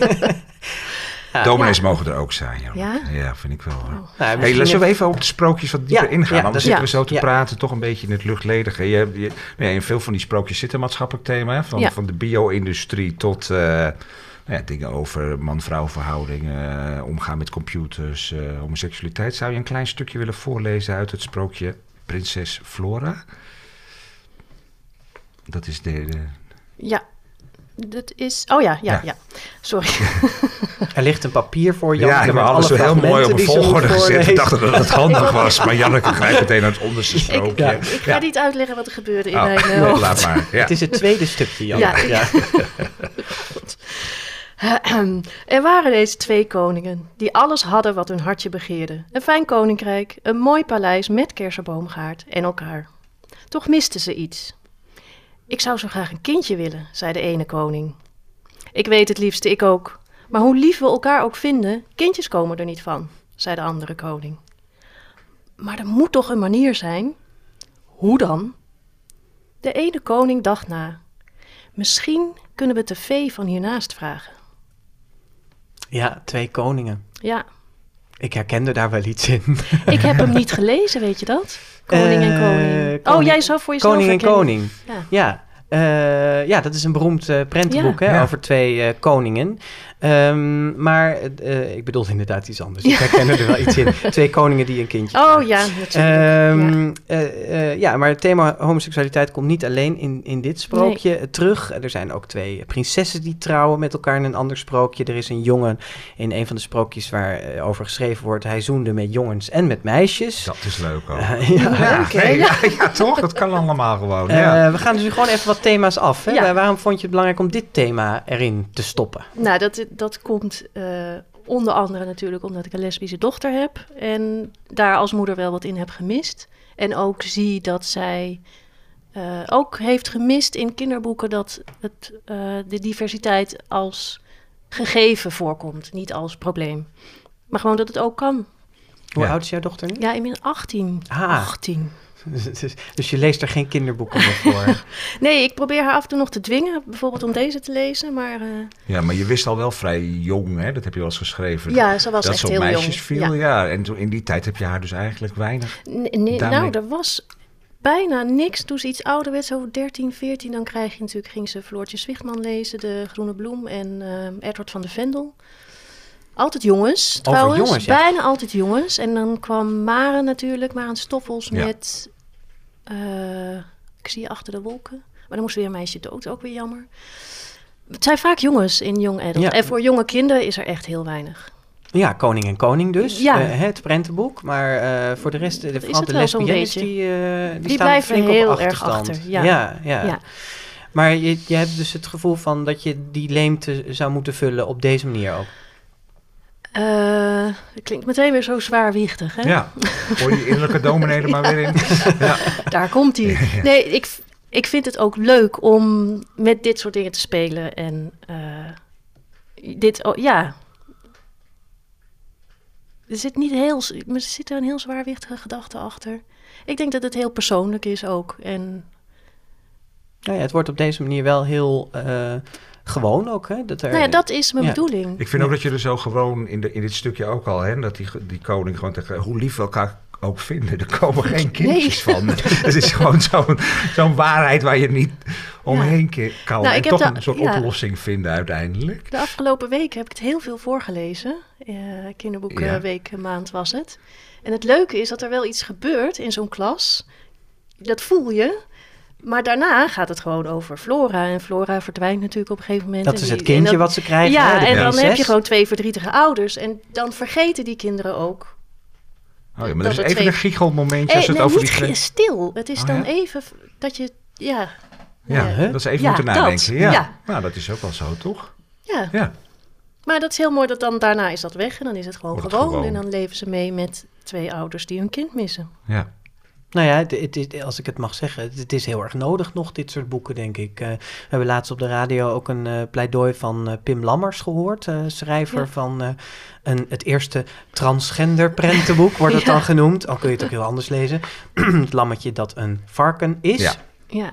Dominees mogen er ook zijn. Joh. Ja? Ja, vind ik wel. Hoor. Nou, Hey, misschien laten we even op de sprookjes wat dieper Ja, ingaan. ja, Anders dat- zitten we zo te ja. praten, toch een beetje in het luchtledige. In veel van die sprookjes zit een maatschappelijk thema. Hè? Ja. Van de bio-industrie tot dingen over man-vrouw verhoudingen, omgaan met computers, homoseksualiteit. Zou je een klein stukje willen voorlezen uit het sprookje Prinses Flora? Dat is Ja. Dat is... Oh ja. Sorry. Er ligt een papier voor je. Ja, ik heb alles zo heel mooi op een volgorde gezet. Ik dacht dat het handig was. Maar Janneke grijpt meteen naar het onderste sprookje. Ik ga niet uitleggen wat er gebeurde in Oh, mijn nee, hoofd. laat maar. Ja. Het is het tweede stukje, Jan. Ja. Er waren deze 2 koningen, die alles hadden wat hun hartje begeerde. Een fijn koninkrijk, een mooi paleis met kersenboomgaard en elkaar. Toch misten ze iets. Ik zou zo graag een kindje willen, zei de ene koning. Ik weet het liefste, ik ook. Maar hoe lief we elkaar ook vinden, kindjes komen er niet van, zei de andere koning. Maar er moet toch een manier zijn? Hoe dan? De ene koning dacht na. Misschien kunnen we de vee van hiernaast vragen. Ja, 2 koningen. Ja, Ik herkende daar wel iets in. ik heb hem niet gelezen, weet je dat? Koning en koning. koning- Jij zou voor jezelf Koning en herkennen. koning. Ja. Ja, dat is een beroemd prentenboek Ja. hè, Ja. over 2 koningen. Maar ik bedoel inderdaad iets anders. Ik herken er wel iets in. 2 koningen die een kindje krijgen. Ja, natuurlijk. Maar het thema homoseksualiteit komt niet alleen in dit sprookje terug. Er zijn ook 2 prinsessen die trouwen met elkaar in een ander sprookje. Er is een jongen in een van de sprookjes waar over geschreven wordt. Hij zoende met jongens en met meisjes. Dat is leuk ook. Ja, toch? Dat kan allemaal gewoon. We gaan dus nu gewoon even wat thema's af. Hè? Ja. Waarom vond je het belangrijk om dit thema erin te stoppen? Nou, dat komt onder andere natuurlijk omdat ik een lesbische dochter heb. En daar als moeder wel wat in heb gemist. En ook zie dat zij ook heeft gemist in kinderboeken dat de diversiteit als gegeven voorkomt. Niet als probleem. Maar gewoon dat het ook kan. Hoe oud is jouw dochter nu? Ja, ik ben 18. Ah. 18. Dus je leest er geen kinderboeken meer voor? Nee, ik probeer haar af en toe nog te dwingen. Bijvoorbeeld om deze te lezen, maar... Ja, maar je wist al wel vrij jong, hè? Dat heb je wel eens geschreven. Ja, ze was dat echt ze op heel meisjes jong. viel, ja. En toen, in die tijd heb je haar dus eigenlijk weinig... Nou, er was bijna niks. Toen ze iets ouder werd, zo 13, 14... dan ging ze Floortje Zwichtman lezen, De Groene Bloem en Edward van de Vendel. Altijd jongens, trouwens. Jongens, ja. Bijna altijd jongens. En dan kwam Maren natuurlijk, Maren Stoffels met... ik zie je achter de wolken. Maar dan moest weer een meisje dood, ook weer jammer. Het zijn vaak jongens in Young Adult. Ja. En voor jonge kinderen is er echt heel weinig. Ja, Koning en Koning dus. Ja. Het prentenboek. Maar voor de rest, vooral de wel zo'n lesbiennes, beetje. die staan blijven flink heel op erg achterstand. achter, ja. Ja. Maar je hebt dus het gevoel van dat je die leemte zou moeten vullen op deze manier ook. Het klinkt meteen weer zo zwaarwichtig, hè? Ja, gooi die innerlijke dominee er maar weer in. Ja. Daar komt hij. Nee, ik vind het ook leuk om met dit soort dingen te spelen. En er zit er een heel zwaarwichtige gedachte achter. Ik denk dat het heel persoonlijk is ook. En Nou ja, het wordt op deze manier wel heel gewoon ook. Hè? Dat is mijn bedoeling. Ik vind ook dat je er zo gewoon in dit stukje ook al... Hè, dat die koning gewoon tegen hoe lief we elkaar ook vinden. Er komen geen kindjes van. Het is gewoon zo'n waarheid waar je niet omheen kan. Nou, en toch een soort oplossing vinden uiteindelijk. De afgelopen weken heb ik het heel veel voorgelezen. Kinderboekenweek maand was het. En het leuke is dat er wel iets gebeurt in zo'n klas. Dat voel je. Maar daarna gaat het gewoon over Flora. En Flora verdwijnt natuurlijk op een gegeven moment. Dat is het kindje wat ze krijgen. Ja, en dan prinses. heb je gewoon 2 verdrietige ouders. En dan vergeten die kinderen ook. Oh ja, maar dat is even een giechelmomentje als het over die... stil. Het is dan even dat je... Ja, dat ze even moeten nadenken. Ja. Ja. Nou, dat is ook wel zo, toch? Ja. Maar dat is heel mooi dat dan daarna is dat weg. En dan is het gewoon. En dan leven ze mee met 2 ouders die hun kind missen. Ja. Nou ja, als ik het mag zeggen, het is heel erg nodig nog, dit soort boeken, denk ik. We hebben laatst op de radio ook een pleidooi van Pim Lammers gehoord, schrijver van het eerste transgender prentenboek, wordt het dan genoemd. Al kun je het ook heel anders lezen. Het lammetje dat een varken is. Ja.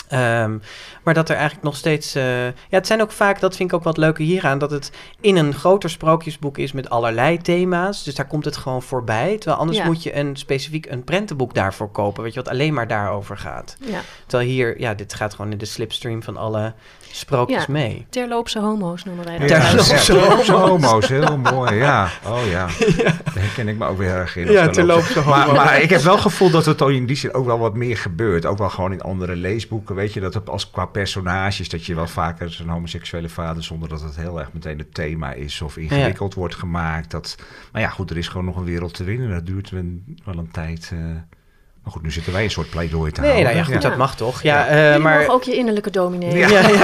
Maar dat er eigenlijk nog steeds... het zijn ook vaak, dat vind ik ook wat leuker hieraan... dat het in een groter sprookjesboek is met allerlei thema's. Dus daar komt het gewoon voorbij. Terwijl anders moet je specifiek een prentenboek daarvoor kopen. Weet je, wat alleen maar daarover gaat. Ja. Terwijl hier, dit gaat gewoon in de slipstream van alle sprookjes mee. Terloopse homo's noemen wij dat. Terloopse homo's, heel mooi, ja. Oh ja, daar herken ik me ook weer erg in. Ja, terloopse homo's. Maar ik heb wel het gevoel dat het in die zin ook wel wat meer gebeurt. Ook wel gewoon in andere leesboeken, weet je, dat het als qua personages, dat je wel vaker zo'n homoseksuele vader, zonder dat het heel erg meteen het thema is of ingewikkeld wordt gemaakt. Maar ja, goed, er is gewoon nog een wereld te winnen. Dat duurt wel een tijd... Maar goed, nu zitten wij een soort pleidooi te houden. Nou ja, goed, dat mag toch. Ja, maar mag ook je innerlijke dominee.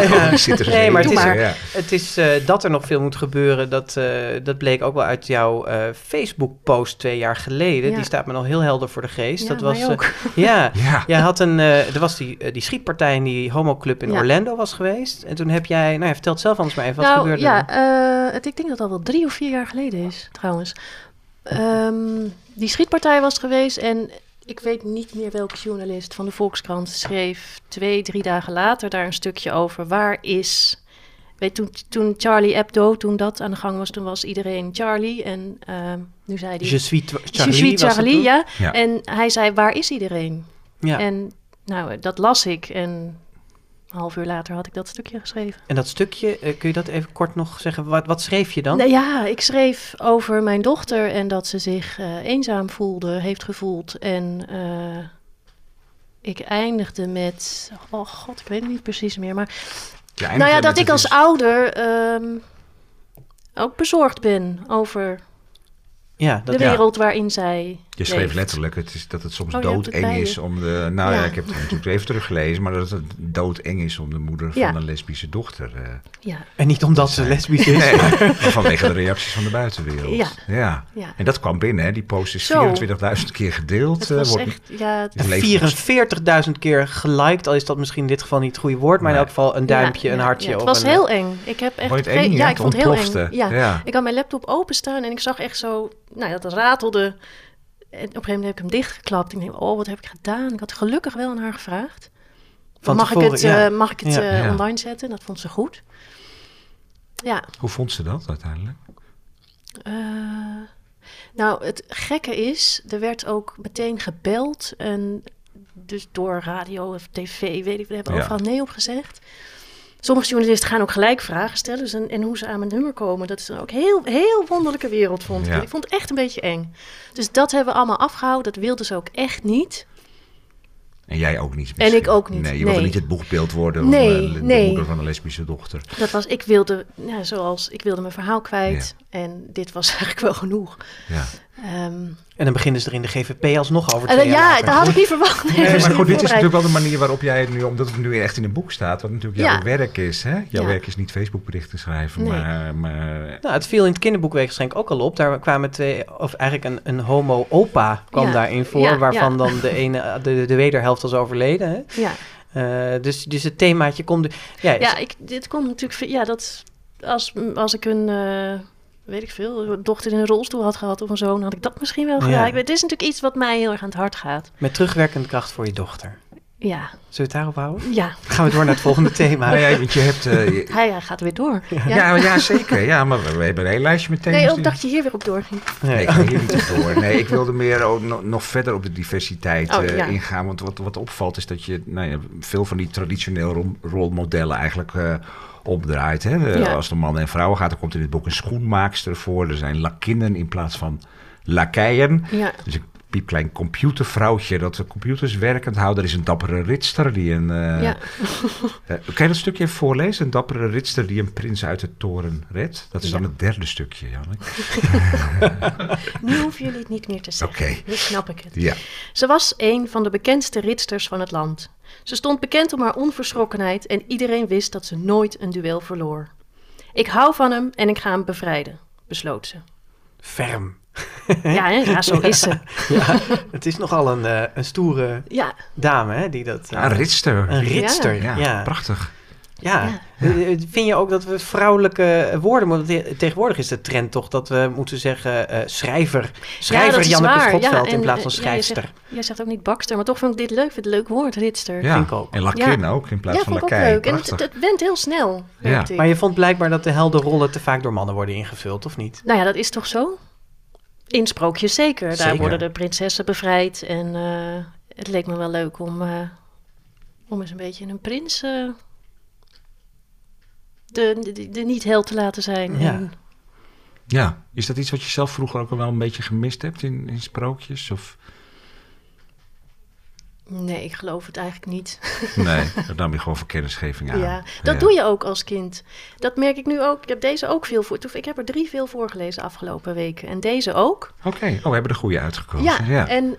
Maar het is dat er nog veel moet gebeuren. Dat bleek ook wel uit jouw Facebook-post 2 jaar geleden. Die staat me nog heel helder voor de geest. Ja, dat was ook. Jij had er was die schietpartij in die homoclub in Orlando was geweest. En toen heb jij, vertel het zelf anders maar even, wat gebeurde er? Ik denk dat het al wel 3 of 4 jaar geleden is, trouwens. Die schietpartij was geweest en ik weet niet meer welke journalist van de Volkskrant schreef 2-3 dagen later daar een stukje over. Waar is... Toen Charlie Hebdo, toen dat aan de gang was, toen was iedereen Charlie. En nu zei hij... Je suis Charlie, ja. En hij zei, waar is iedereen? Ja. En dat las ik. En Een half uur later had ik dat stukje geschreven. En dat stukje, kun je dat even kort nog zeggen? Wat schreef je dan? Nou ja, ik schreef over mijn dochter en dat ze zich eenzaam heeft gevoeld. En ik eindigde met, oh god, ik weet het niet precies meer. Maar dat ik als ouder ook bezorgd ben over de wereld waarin zij Je schreef leeft. letterlijk dat het soms Oh, doodeng is om de... Nou ja, ik heb het natuurlijk even teruggelezen, maar dat het doodeng is om de moeder van een lesbische dochter. Ja. En niet omdat ze lesbisch is. Nee, maar vanwege de reacties van de buitenwereld. Ja. En dat kwam binnen, hè? Die post is Zo. 24.000 keer gedeeld. Het was wordt echt, ja, En 44.000 keer geliked, al is dat misschien in dit geval niet het goede woord, maar in elk geval een duimpje, een hartje. Het of was een, heel eng. Ik heb echt Vond je het eng? Ja, ik vond het heel ontplofte. eng. Ja. Ja. Ik had mijn laptop openstaan en ik zag echt zo, dat ratelde. En op een gegeven moment heb ik hem dichtgeklapt. Ik denk, wat heb ik gedaan? Ik had gelukkig wel aan haar gevraagd. Mag ik het online zetten? Dat vond ze goed. Ja. Hoe vond ze dat uiteindelijk? Het gekke is, er werd ook meteen gebeld. En dus door radio of tv, weet ik, we hebben overal nee op gezegd. Sommige journalisten gaan ook gelijk vragen stellen. Dus en hoe ze aan mijn nummer komen, dat is dan ook heel, heel wonderlijke wereld, vond ik. Ik vond het echt een beetje eng. Dus dat hebben we allemaal afgehouden. Dat wilden ze ook echt niet. En jij ook niet? En ik ook niet. Nee, je wilde niet het boegbeeld worden van de moeder van een lesbische dochter. Dat was, ik wilde mijn verhaal kwijt. Ja. En dit was eigenlijk wel genoeg. Ja. En dan beginnen ze er in de GVP alsnog over 2 jaar later. Dat had ik niet verwacht. Nee, maar goed, dit is natuurlijk wel de manier waarop jij nu, omdat het nu echt in een boek staat, wat natuurlijk jouw werk is. Hè? Jouw werk is niet Facebookberichten schrijven, maar... Nou, het viel in het kinderboekweekgeschenk ook al op. Daar kwamen een homo-opa kwam daarin voor, waarvan dan de ene, de wederhelft was overleden. Hè? Ja. Dus het themaatje komt... Dit komt natuurlijk... dat als ik een... weet ik veel, een dochter in een rolstoel had gehad of een zoon, had ik dat misschien wel gedaan. Het is natuurlijk iets wat mij heel erg aan het hart gaat. Met terugwerkende kracht voor je dochter. Ja. Zullen we het daarop houden? Ja. Dan gaan we door naar het volgende thema. Want je hebt... Hij gaat weer door. Ja, zeker. Ja, maar we hebben een heel lijstje met thema's. Nee, ook dacht je hier weer op doorging. Nee, ik ga hier niet op door. Nee, ik wilde meer nog verder op de diversiteit ingaan. Want wat opvalt is dat je veel van die traditionele rolmodellen eigenlijk... opdraait. Hè? Als het om mannen en vrouwen gaat, dan komt in dit boek een schoenmaakster voor. Er zijn lakinnen in plaats van lakeien. Ja. Dus een piepklein computervrouwtje dat de computers werkend houdt. Er is een dappere ritster die een... kan je dat stukje even voorlezen? Een dappere ritster die een prins uit de toren redt. Dat is dan het derde stukje, Janneke. Nu hoeven jullie het niet meer te zeggen. Okay. Nu snap ik het. Ja. Ze was een van de bekendste ritsters van het land. Ze stond bekend om haar onverschrokkenheid en iedereen wist dat ze nooit een duel verloor. Ik hou van hem en ik ga hem bevrijden, besloot ze. Ferm. Ja, zo is ze. Ja, het is nogal een stoere dame, hè, die dat... een ritster. Een ritster, ja. Prachtig. Ja. Vind je ook dat we vrouwelijke woorden... Want tegenwoordig is de trend toch dat we moeten zeggen... schrijver Janneke Schotveld in plaats van schrijfster. Jij zegt ook niet bakster, maar toch vind ik dit leuk. Het leuk woord, ritster. Ja, vind ik ook. En lakin ook in plaats van lakij. Ja, vond ik ook leuk. En het went heel snel. Ja. Maar je vond blijkbaar dat de heldenrollen te vaak door mannen worden ingevuld, of niet? Nou ja, dat is toch zo? In sprookjes zeker. Daar worden de prinsessen bevrijd. En het leek me wel leuk om eens een beetje een prins... de niet-held te laten zijn. Ja. Ja, is dat iets wat je zelf vroeger ook al wel een beetje gemist hebt in sprookjes? Of... Nee, ik geloof het eigenlijk niet. Nee, dat nam je gewoon voor kennisgeving aan. Ja, dat doe je ook als kind. Dat merk ik nu ook. Ik heb deze ook veel voor. Ik heb er 3 veel voorgelezen afgelopen weken. En deze ook. Oké, we hebben de goede uitgekozen. Ja. En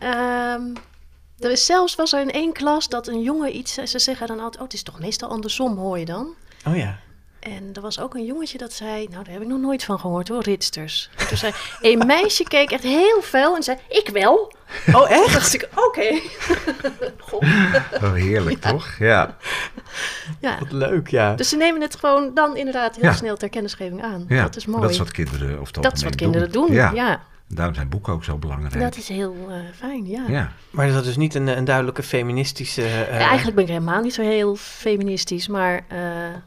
was er in 1 klas dat een jongen iets... Ze zeggen dan altijd, het is toch meestal andersom, hoor je dan? Oh ja. En er was ook een jongetje dat zei... Nou, daar heb ik nog nooit van gehoord hoor, ritsters. En toen zei een meisje keek echt heel fel en zei... Ik wel. Oh, echt? Dacht ik, oké. Oh, heerlijk, toch? Ja. Wat leuk, ja. Dus ze nemen het gewoon dan inderdaad heel snel ter kennisgeving aan. Ja. Dat is mooi. Dat is wat kinderen doen. Ja. En daarom zijn boeken ook zo belangrijk. Dat is heel fijn, ja. Maar is dat dus niet een duidelijke feministische... Eigenlijk ben ik helemaal niet zo heel feministisch, maar...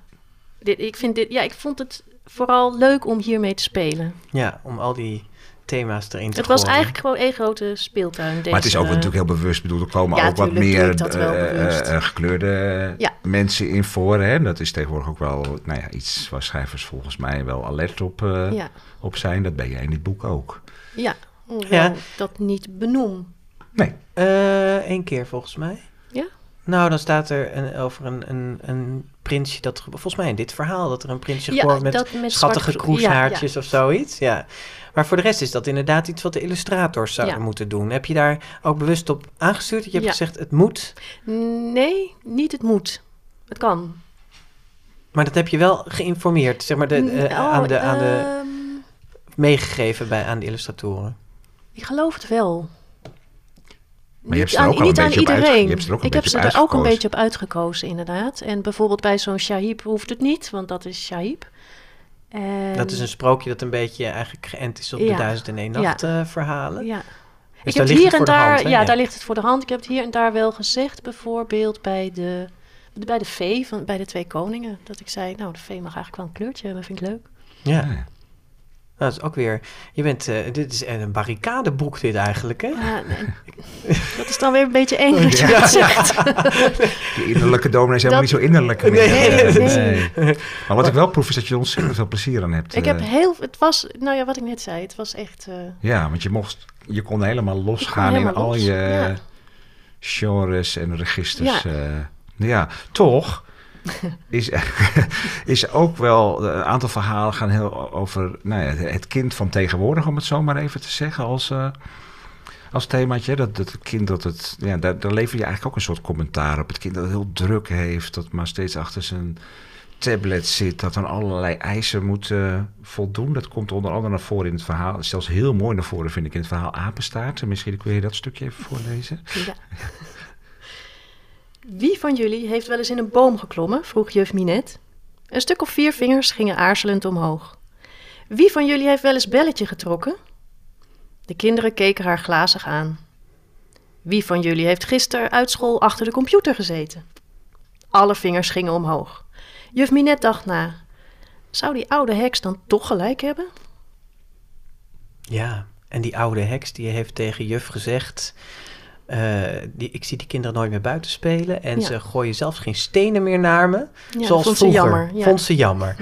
ik vond het vooral leuk om hiermee te spelen. Ja, om al die thema's erin te Het was gooien. eigenlijk gewoon één grote speeltuin. Maar het is ook natuurlijk heel bewust bedoeld. Er komen Ja, ook wat tuurlijk doe meer ik dat wel bewust. gekleurde Ja. mensen in voor. Hè? Dat is tegenwoordig ook wel iets waar schrijvers volgens mij wel alert op zijn. Dat ben jij in dit boek ook. Ja, hoewel Ja. dat niet benoem. Nee. 1 keer volgens mij. Ja? Nou, dan staat er over een prinsje dat... Volgens mij in dit verhaal dat er een prinsje Ja, geboren met dat met schattige zwart- kroeshaartjes of zoiets. Ja. Maar voor de rest is dat inderdaad iets wat de illustrators zouden moeten doen. Heb je daar ook bewust op aangestuurd? Dat je hebt gezegd, het moet. Nee, niet het moet. Het kan. Maar dat heb je wel geïnformeerd, zeg maar, aan de meegegeven aan de illustratoren. Ik geloof het wel. Maar je hebt er ook al een beetje op iedereen. Ik heb ze er ook een beetje op uitgekozen, inderdaad. En bijvoorbeeld bij zo'n Shahib hoeft het niet, want dat is Shahib. Dat is een sprookje dat een beetje eigenlijk geënt is op de 1001 Nacht verhalen. Ja. Dus Ik heb daar ligt hier het voor en de daar, hand, hè? daar ligt het voor de hand. Ik heb het hier en daar wel gezegd, bijvoorbeeld bij de vee, bij de 2 koningen. Dat ik zei, nou, de vee mag eigenlijk wel een kleurtje hebben, vind ik leuk. Ja. Nou, dat is ook weer... dit is een barricadeboek dit eigenlijk, hè? Ja, dat is dan weer een beetje eng dat je dat zegt. De innerlijke dominee is helemaal niet zo innerlijk. Nee. Maar wat ik wel proef is dat je er ontzettend veel plezier aan hebt. Ik heb wat ik net zei, het was echt... Ja, want je kon helemaal losgaan in al je genres en registers. Ja, toch... is ook wel... Een aantal verhalen gaan heel over het kind van tegenwoordig, om het zo maar even te zeggen, als themaatje. Dat kind daar lever je eigenlijk ook een soort commentaar op. Het kind dat het heel druk heeft, dat maar steeds achter zijn tablet zit, dat aan allerlei eisen moet voldoen. Dat komt onder andere naar voren in het verhaal. Zelfs heel mooi naar voren vind ik in het verhaal Apenstaart. Misschien kun je dat stukje even voorlezen. Ja. Wie van jullie heeft wel eens in een boom geklommen? Vroeg juf Minette. Een stuk of 4 vingers gingen aarzelend omhoog. Wie van jullie heeft wel eens belletje getrokken? De kinderen keken haar glazig aan. Wie van jullie heeft gisteren uit school achter de computer gezeten? Alle vingers gingen omhoog. Juf Minette dacht na. Zou die oude heks dan toch gelijk hebben? Ja, en die oude heks die heeft tegen juf gezegd... ik zie die kinderen nooit meer buiten spelen... en ze gooien zelfs geen stenen meer naar me. Ja, zoals vond vroeger. Ze jammer, ja. Vond ze jammer.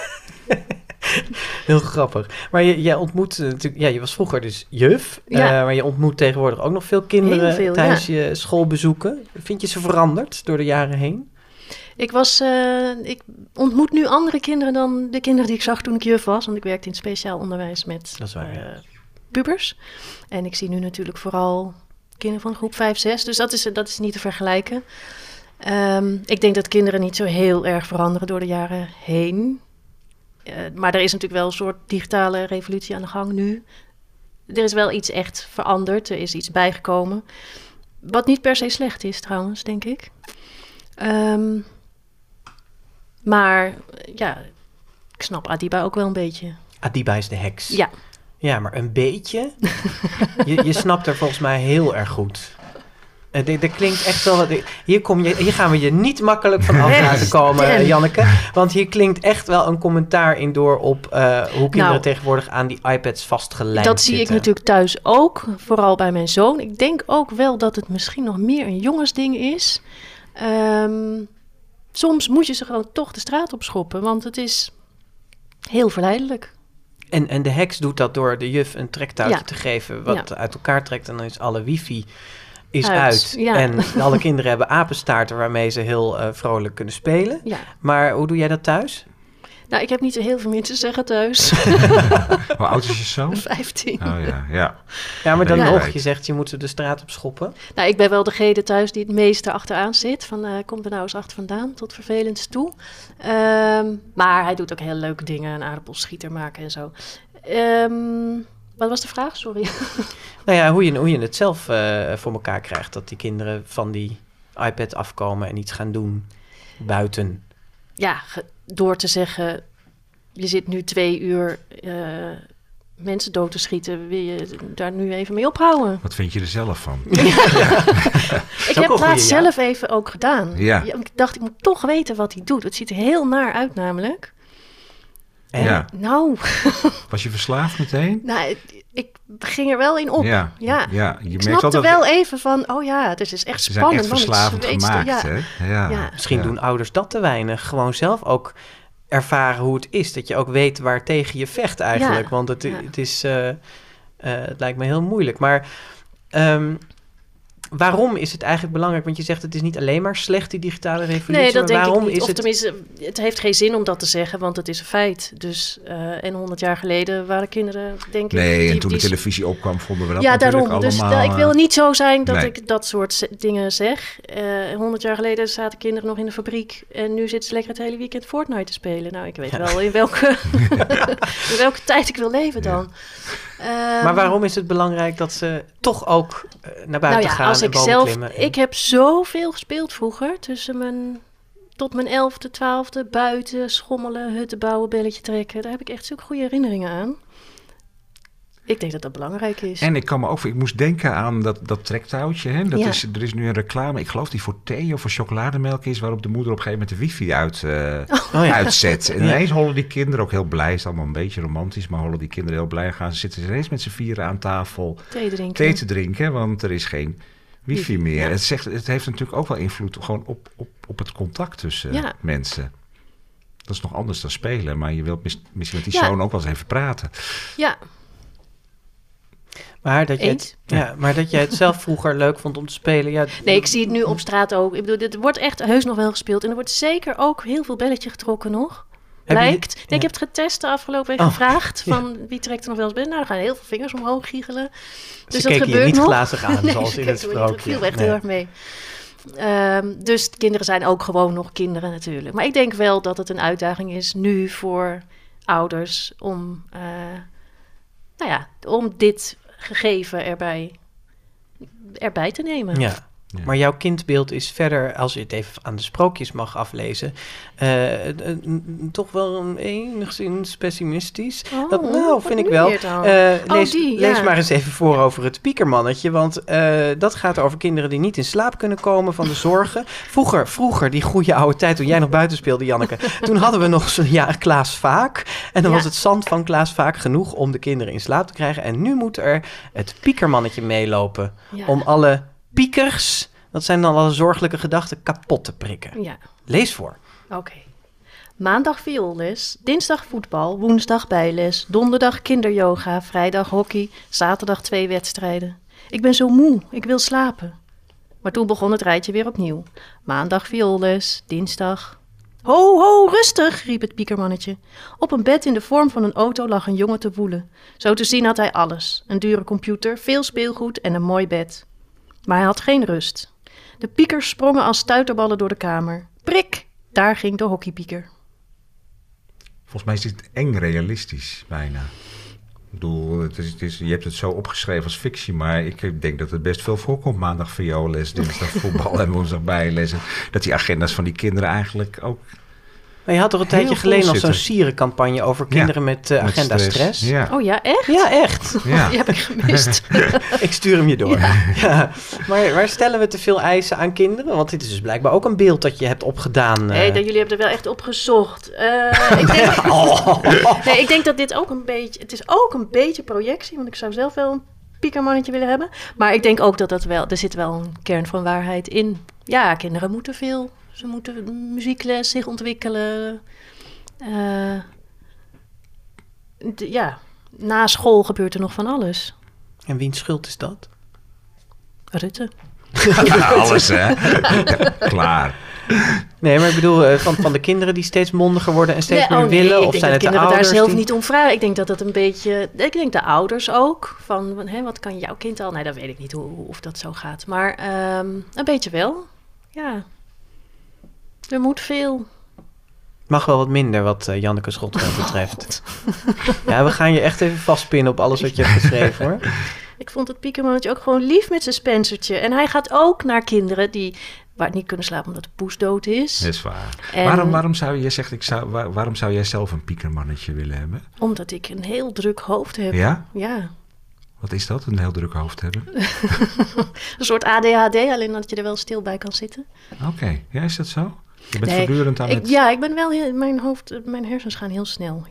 Heel grappig. Maar jij ontmoet natuurlijk... Ja, je was vroeger dus juf. Maar je ontmoet tegenwoordig ook nog veel kinderen... tijdens je schoolbezoeken. Vind je ze veranderd door de jaren heen? Ik ontmoet nu andere kinderen dan de kinderen die ik zag toen ik juf was. Want ik werkte in het speciaal onderwijs met pubers. En ik zie nu natuurlijk vooral kinderen van groep 5, 6. Dus dat is niet te vergelijken. Ik denk dat kinderen niet zo heel erg veranderen door de jaren heen. Maar er is natuurlijk wel een soort digitale revolutie aan de gang nu. Er is wel iets echt veranderd. Er is iets bijgekomen. Wat niet per se slecht is trouwens, denk ik. Maar ja, ik snap Adiba ook wel een beetje. Adiba is de heks. Ja. Ja, maar een beetje. je snapt er volgens mij heel erg goed. Er klinkt echt wel... Hier gaan we je niet makkelijk van af laten komen, Janneke. Want hier klinkt echt wel een commentaar in door op hoe kinderen tegenwoordig aan die iPads vastgelijmd dat zie zitten. ik natuurlijk thuis ook. Vooral bij mijn zoon. Ik denk ook wel dat het misschien nog meer een jongensding is. Soms moet je ze gewoon toch de straat op schoppen. Want het is heel verleidelijk. En de heks doet dat door de juf een trektouwtje te geven... wat uit elkaar trekt en dan is alle wifi uit. Ja. En alle kinderen hebben apenstaarten waarmee ze heel vrolijk kunnen spelen. Ja. Maar hoe doe jij dat thuis? Nou, ik heb niet zo heel veel meer te zeggen thuis. Hoe oud is je zoon? 15. Oh ja. Ja, maar dan nog, je zegt je moet ze de straat op schoppen. Nou, ik ben wel degene thuis die het meest erachteraan zit. Van, kom er nou eens achter vandaan, tot vervelend toe. Maar hij doet ook heel leuke dingen, een aardappelschieter maken en zo. Wat was de vraag? Sorry. Nou ja, hoe je het zelf voor elkaar krijgt. Dat die kinderen van die iPad afkomen en iets gaan doen buiten. Ja, door te zeggen, je zit nu 2 uur mensen dood te schieten. Wil je daar nu even mee ophouden? Wat vind je er zelf van? Ik heb het laatst zelf even ook gedaan. Ja. Ik dacht, ik moet toch weten wat hij doet. Het ziet er heel naar uit namelijk. En? Ja. Nou, Was je verslaafd meteen? nou, ik ging er wel in op. Ja. Ja. Je Ik merkt snapte dat wel even van, oh ja, het is echt ze zijn spannend. echt want het verslavend zweetste- gemaakt, ja. hè? Ja. Ja. Misschien Ja. doen ouders dat te weinig. Gewoon zelf ook ervaren hoe het is. Dat je ook weet waar tegen je vecht eigenlijk. Ja. Want het Ja. is, het lijkt me heel moeilijk. Maar waarom is het eigenlijk belangrijk? Want je zegt het is niet alleen maar slecht, die digitale revolutie. Nee, dat maar denk ik waarom niet. is Of het... tenminste, het heeft geen zin om dat te zeggen, want het is een feit. Dus, en 100 jaar geleden waren kinderen, denk ik... Nee, en die- toen de die- televisie opkwam, vonden we dat Ja, natuurlijk daarom. Dus allemaal... ik wil niet zo zijn dat nee. ik dat soort dingen zeg. 100 jaar geleden zaten kinderen nog in de fabriek en nu zitten ze lekker het hele weekend Fortnite te spelen. Nou, ik weet wel in welke, in welke tijd ik wil leven dan. Maar waarom is het belangrijk dat ze toch ook naar buiten gaan als en ik bomen zelf... klimmen? Ik heb zoveel gespeeld vroeger, tot mijn 11e, 12e, buiten, schommelen, hutten bouwen, belletje trekken. Daar heb ik echt zulke goede herinneringen aan. Ik denk dat dat belangrijk is. En ik moest denken aan dat trektouwtje. Hè? Ja. Er is nu een reclame, ik geloof die voor thee of voor chocolademelk is, waarop de moeder op een gegeven moment de wifi uitzet. En ineens hollen die kinderen ook heel blij. Het is allemaal een beetje romantisch, maar hollen die kinderen heel blij. Gaan ze zitten ineens met z'n vieren aan tafel Thee te drinken, want er is geen wifi meer. Ja. Het heeft natuurlijk ook wel invloed gewoon op het contact tussen mensen. Dat is nog anders dan spelen, maar je wilt misschien met die zoon ook wel eens even praten. Ja, Maar dat, maar dat jij het zelf vroeger leuk vond om te spelen. Ja, nee, ik zie het nu op straat ook. Ik bedoel, dit wordt echt heus nog wel gespeeld. En er wordt zeker ook heel veel belletje getrokken nog. Heb je- Lijkt. ja. Ik heb het getest de afgelopen week gevraagd. Van wie trekt er nog wel eens binnen? Nou, er gaan heel veel vingers omhoog giechelen. Dus Ze dat keken je gebeurt niet nog. glazig aan, Nee, zoals ze in het keken me niet. sprookje. Het viel echt Nee. heel erg mee. Dus de kinderen zijn ook gewoon nog kinderen natuurlijk. Maar ik denk wel dat het een uitdaging is nu voor ouders om, om dit gegeven erbij te nemen. Ja. Maar jouw kindbeeld is verder, als je het even aan de sprookjes mag aflezen, toch wel enigszins pessimistisch. Oh, Dat vind ik nu wel. weer dan? Lees maar eens even voor over het piekermannetje, want dat gaat over kinderen die niet in slaap kunnen komen van de zorgen. Vroeger, die goede oude tijd, toen jij nog buiten speelde, Janneke, toen hadden we nog zo'n Klaas Vaak. En dan was het zand van Klaas Vaak genoeg om de kinderen in slaap te krijgen. En nu moet er het piekermannetje meelopen om alle piekers, dat zijn dan alle zorgelijke gedachten, kapot te prikken. Ja. Lees voor. Oké. Maandag vioolles, dinsdag voetbal, woensdag bijles, donderdag kinderyoga, vrijdag hockey, zaterdag 2 wedstrijden. Ik ben zo moe, ik wil slapen. Maar toen begon het rijtje weer opnieuw. Maandag vioolles, dinsdag... Ho, ho, rustig, riep het piekermannetje. Op een bed in de vorm van een auto lag een jongen te woelen. Zo te zien had hij alles. Een dure computer, veel speelgoed en een mooi bed. Maar hij had geen rust. De piekers sprongen als stuiterballen door de kamer. Prik! Daar ging de hockeypieker. Volgens mij is dit eng realistisch, bijna. Ik bedoel, je hebt het zo opgeschreven als fictie, maar ik denk dat het best veel voorkomt. Maandag vioolles, dinsdag voetbal en woensdag bijlessen. Dat die agenda's van die kinderen eigenlijk ook... Maar je had toch een tijdje Heel geleden vol nog zo'n zitten. sierencampagne over kinderen met agenda-stress? Ja. Oh ja, echt? Ja, echt. Ja. Die heb ik gemist. Ik stuur hem je door. Ja. Maar stellen we te veel eisen aan kinderen? Want dit is dus blijkbaar ook een beeld dat je hebt opgedaan. Nee, jullie hebben er wel echt op gezocht. Ik denk dat dit ook een beetje... Het is ook een beetje projectie, want ik zou zelf wel een piekermannetje willen hebben. Maar ik denk ook dat er zit wel een kern van waarheid in. Ja, kinderen moeten veel. Ze moeten muziekles, zich ontwikkelen. Na school gebeurt er nog van alles. En wiens schuld is dat? Rutte. Alles, hè? Klaar. Nee, maar ik bedoel van de kinderen die steeds mondiger worden en steeds meer willen? Ik Of denk zijn dat het de kinderen ouders daar zelf die... niet om vragen. Ik denk dat het een beetje... Ik denk de ouders ook. Van, wat kan jouw kind al? Nee, dat weet ik niet of dat zo gaat. Maar een beetje wel. Ja. Er moet veel. Mag wel wat minder wat Janneke Schotten betreft. Ja, we gaan je echt even vastpinnen op alles wat je hebt geschreven, hoor. Ik vond het piekermannetje ook gewoon lief met zijn Spencertje. En hij gaat ook naar kinderen waar het niet kunnen slapen omdat de poes dood is. Dat is waar. En- Waarom zou jij zelf een piekermannetje willen hebben? Omdat ik een heel druk hoofd heb. Ja? Ja. Wat is dat, een heel druk hoofd hebben? Een soort ADHD, alleen dat je er wel stil bij kan zitten. Oké, ja, is dat zo? Je bent Nee, voortdurend aan het... Ja, ik ben wel heel... Mijn hersens gaan heel snel, ja.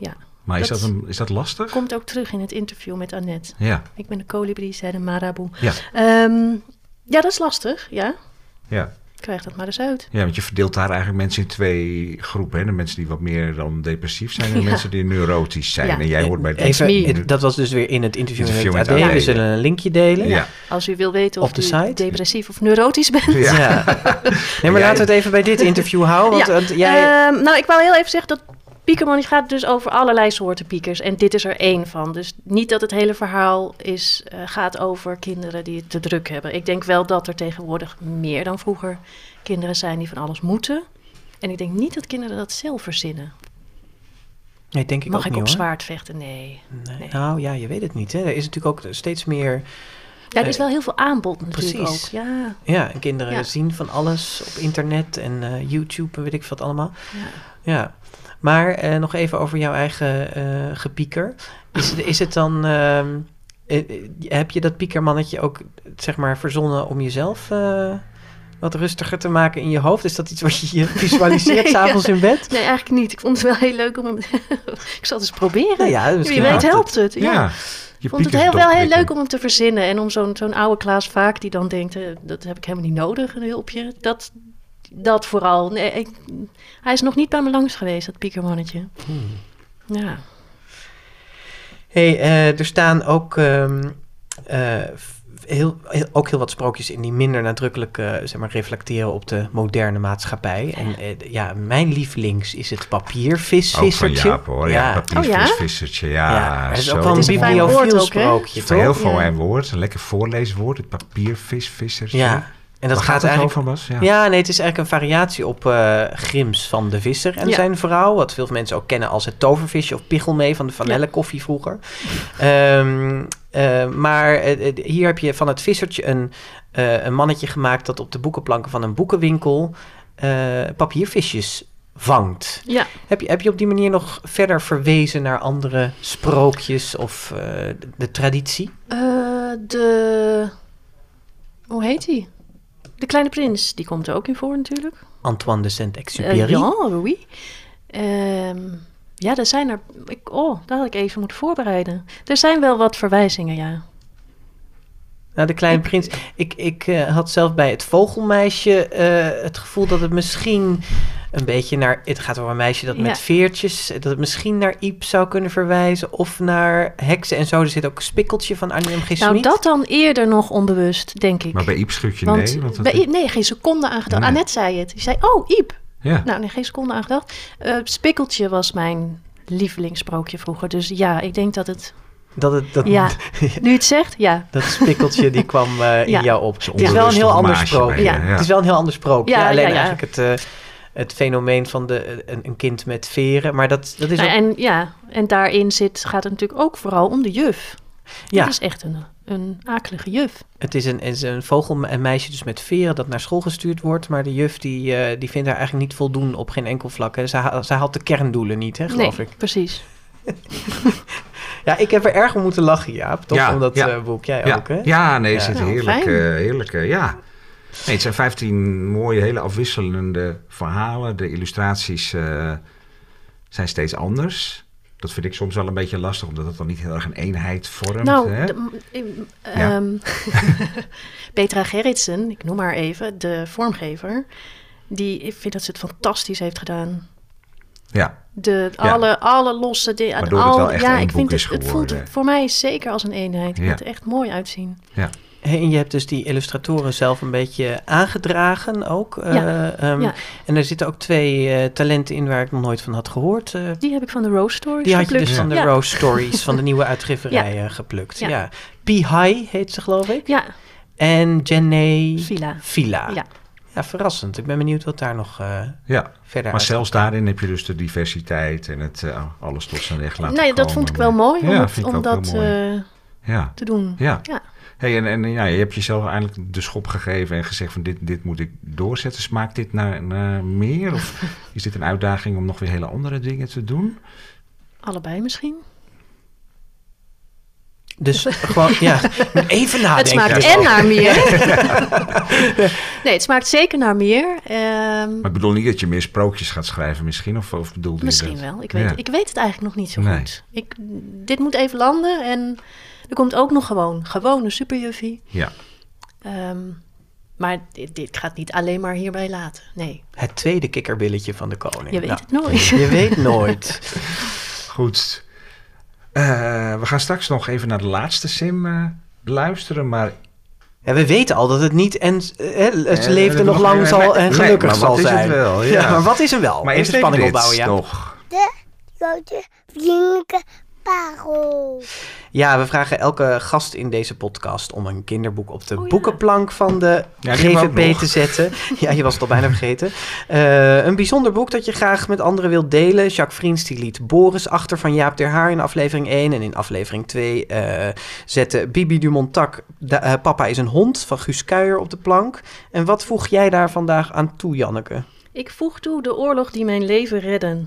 Maar is dat lastig? Komt ook terug in het interview met Annette. Ja. Ik ben de kolibrie, zij de maraboe. Ja. Ja, dat is lastig, ja. Ja. Krijg dat maar eens uit. Ja, want je verdeelt daar eigenlijk mensen in 2 groepen. Hè? De mensen die wat meer dan depressief zijn en de mensen die neurotisch zijn. Ja. En jij hoort bij Even, dat was dus weer in het interview met AD. AD. We zullen een linkje delen. Ja. Als u wil weten of Op de u site? depressief of neurotisch bent. Ja. Nee, maar laten we het even bij dit interview houden. Want jij... Nou, ik wou heel even zeggen dat Piekermoney gaat dus over allerlei soorten piekers. En dit is er 1 van. Dus niet dat het hele verhaal gaat over kinderen die het te druk hebben. Ik denk wel dat er tegenwoordig meer dan vroeger kinderen zijn die van alles moeten. En ik denk niet dat kinderen dat zelf verzinnen. Nee, denk ik Mag ook ik niet, op hoor. zwaard vechten? Nee. Nou ja, je weet het niet. Hè. Er is natuurlijk ook steeds meer... Ja, er is wel heel veel aanbod natuurlijk precies. ook. Ja. Ja, en kinderen zien van alles op internet en YouTube en weet ik wat allemaal. Ja. Maar nog even over jouw eigen gepieker. Is het dan... heb je dat piekermannetje ook, zeg maar, verzonnen om jezelf wat rustiger te maken in je hoofd? Is dat iets wat je visualiseert 's avonds in bed? Nee, eigenlijk niet. Ik vond het wel heel leuk om hem... Ik zal het eens proberen. Nou ja, Wie weet helpt het. Ja. Ik vond het wel heel leuk om hem te verzinnen. En om zo'n oude Klaas Vaak die dan denkt... dat heb ik helemaal niet nodig, een hulpje. Dat vooral. Nee, hij is nog niet bij me langs geweest, dat piekermannetje. Ja. Hey, er staan ook heel wat sprookjes in die minder nadrukkelijk zeg maar, reflecteren op de moderne maatschappij. En mijn lievelings is het papiervisvissertje. Ook van Jaap, hoor. Ja, papiervisvissertje. Ja, dat is zo. ook wel een bibliofiel sprookje, toch? Heel fijn woord. Een lekker voorleeswoord. Het papiervisvissertje. Ja. En dat gaat eigenlijk over, Bas? Ja, nee, het is eigenlijk een variatie op Grims van de Visser en zijn vrouw. Wat veel mensen ook kennen als het tovervisje of Pichelmee van de vanillekoffie vroeger. Maar hier heb je van het vissertje een mannetje gemaakt dat op de boekenplanken van een boekenwinkel papiervisjes vangt. Ja. Heb je op die manier nog verder verwezen naar andere sprookjes of de traditie? Hoe heet die? De Kleine Prins, die komt er ook in voor natuurlijk. Antoine de Saint-Exupéry. Oui. Ja, er zijn er... dat had ik even moeten voorbereiden. Er zijn wel wat verwijzingen, ja. Nou, de Kleine Prins... Ik had zelf bij het Vogelmeisje het gevoel dat het misschien een beetje naar... Het gaat over een meisje dat met veertjes... Dat het misschien naar Iep zou kunnen verwijzen. Of naar Heksen en zo. Er zit ook een Spikkeltje van Annie M. G. Schmid. Nou, dat dan eerder nog onbewust, denk ik. Maar bij Iep schud je nee? Want geen seconde aan gedacht. Nee. Annette zei het. Die zei, Iep. Ja. Nou, nee, geen seconde aan gedacht. Spikkeltje was mijn lievelingssprookje vroeger. Dus ja, ik denk dat het... Ja, nu het zegt, ja. Dat Spikkeltje, die kwam in jou op. Het is wel een heel ander sprookje. Ja. Het is wel een heel ander sprookje. Ja, alleen eigenlijk het fenomeen van een kind met veren. Maar dat is ook... En daarin gaat het natuurlijk ook vooral om de juf. Ja. Dat is echt een akelige juf. Het is een vogelmeisje dus met veren dat naar school gestuurd wordt. Maar de juf die vindt haar eigenlijk niet voldoen op geen enkel vlak. Hè. Ze haalt de kerndoelen niet, hè, geloof ik. Precies. Ja, ik heb er erg om moeten lachen, Jaap. Toch om dat boek. Jij ook, hè? Ja, nee, het zit heerlijk. Ja. Nee, het zijn 15 mooie, hele afwisselende verhalen. De illustraties zijn steeds anders. Dat vind ik soms wel een beetje lastig, omdat het dan niet heel erg een eenheid vormt. Nou, hè? Petra Gerritsen, ik noem haar even, de vormgever, ik vind dat ze het fantastisch heeft gedaan. Ja. Alle losse dingen. Waardoor het wel echt één boek is geworden. Het voelt voor mij zeker als een eenheid. Het moet er echt mooi uitzien. Ja. En je hebt dus die illustratoren zelf een beetje aangedragen ook. En er zitten ook 2 talenten in waar ik nog nooit van had gehoord. Die heb ik van de Rose Stories Die geplukt. had je dus van de Rose Stories, van de nieuwe uitgeverij geplukt. Ja. Pi-Hai heet ze, geloof ik. Ja. En Jenny Villa. Ja. Ja, verrassend. Ik ben benieuwd wat daar nog verder Maar zelfs daarin heb je dus de diversiteit en het alles tot zijn recht laten komen. Dat vond ik wel mooi om dat te doen. Ja. Hey, en je hebt jezelf eigenlijk de schop gegeven en gezegd van dit moet ik doorzetten. Smaakt dit naar meer? Of is dit een uitdaging om nog weer hele andere dingen te doen? Allebei misschien. Dus gewoon, even nadenken. Het smaakt en naar meer. Nee, het smaakt zeker naar meer. Maar ik bedoel niet dat je meer sprookjes gaat schrijven misschien, of bedoelde je Misschien dat? wel. Ik weet het eigenlijk nog niet zo Nee. goed. Dit moet even landen en er komt ook nog gewoon een superjuffie. Ja. Maar dit gaat niet alleen maar hierbij laten. Nee, Het tweede kikkerbilletje van de koning. je weet Nou, het nooit. Je weet nooit. Goed. We gaan straks nog even naar de laatste sim luisteren, maar... Ja, we weten al dat het niet en het we leven nog lang zal en gelukkig maar zal wat is zijn. het wel? Ja. Maar wat is hem wel? Maar Even eerst spanning even opbouwen, dit ja. nog. De grote vriendelijke parel. Ja, we vragen elke gast in deze podcast om een kinderboek op de Oh ja. boekenplank van de Ja, die hebben we ook GVP nog. te zetten. Ja, je was het al bijna vergeten. Een bijzonder boek dat je graag met anderen wilt delen. Jacques Vriends die liet Boris achter van Jaap ter Haar in aflevering 1. En in aflevering 2 zette Bibi Dumontac Papa is een hond van Guus Kuijer op de plank. En wat voeg jij daar vandaag aan toe, Janneke? Ik voeg toe De oorlog die mijn leven redde,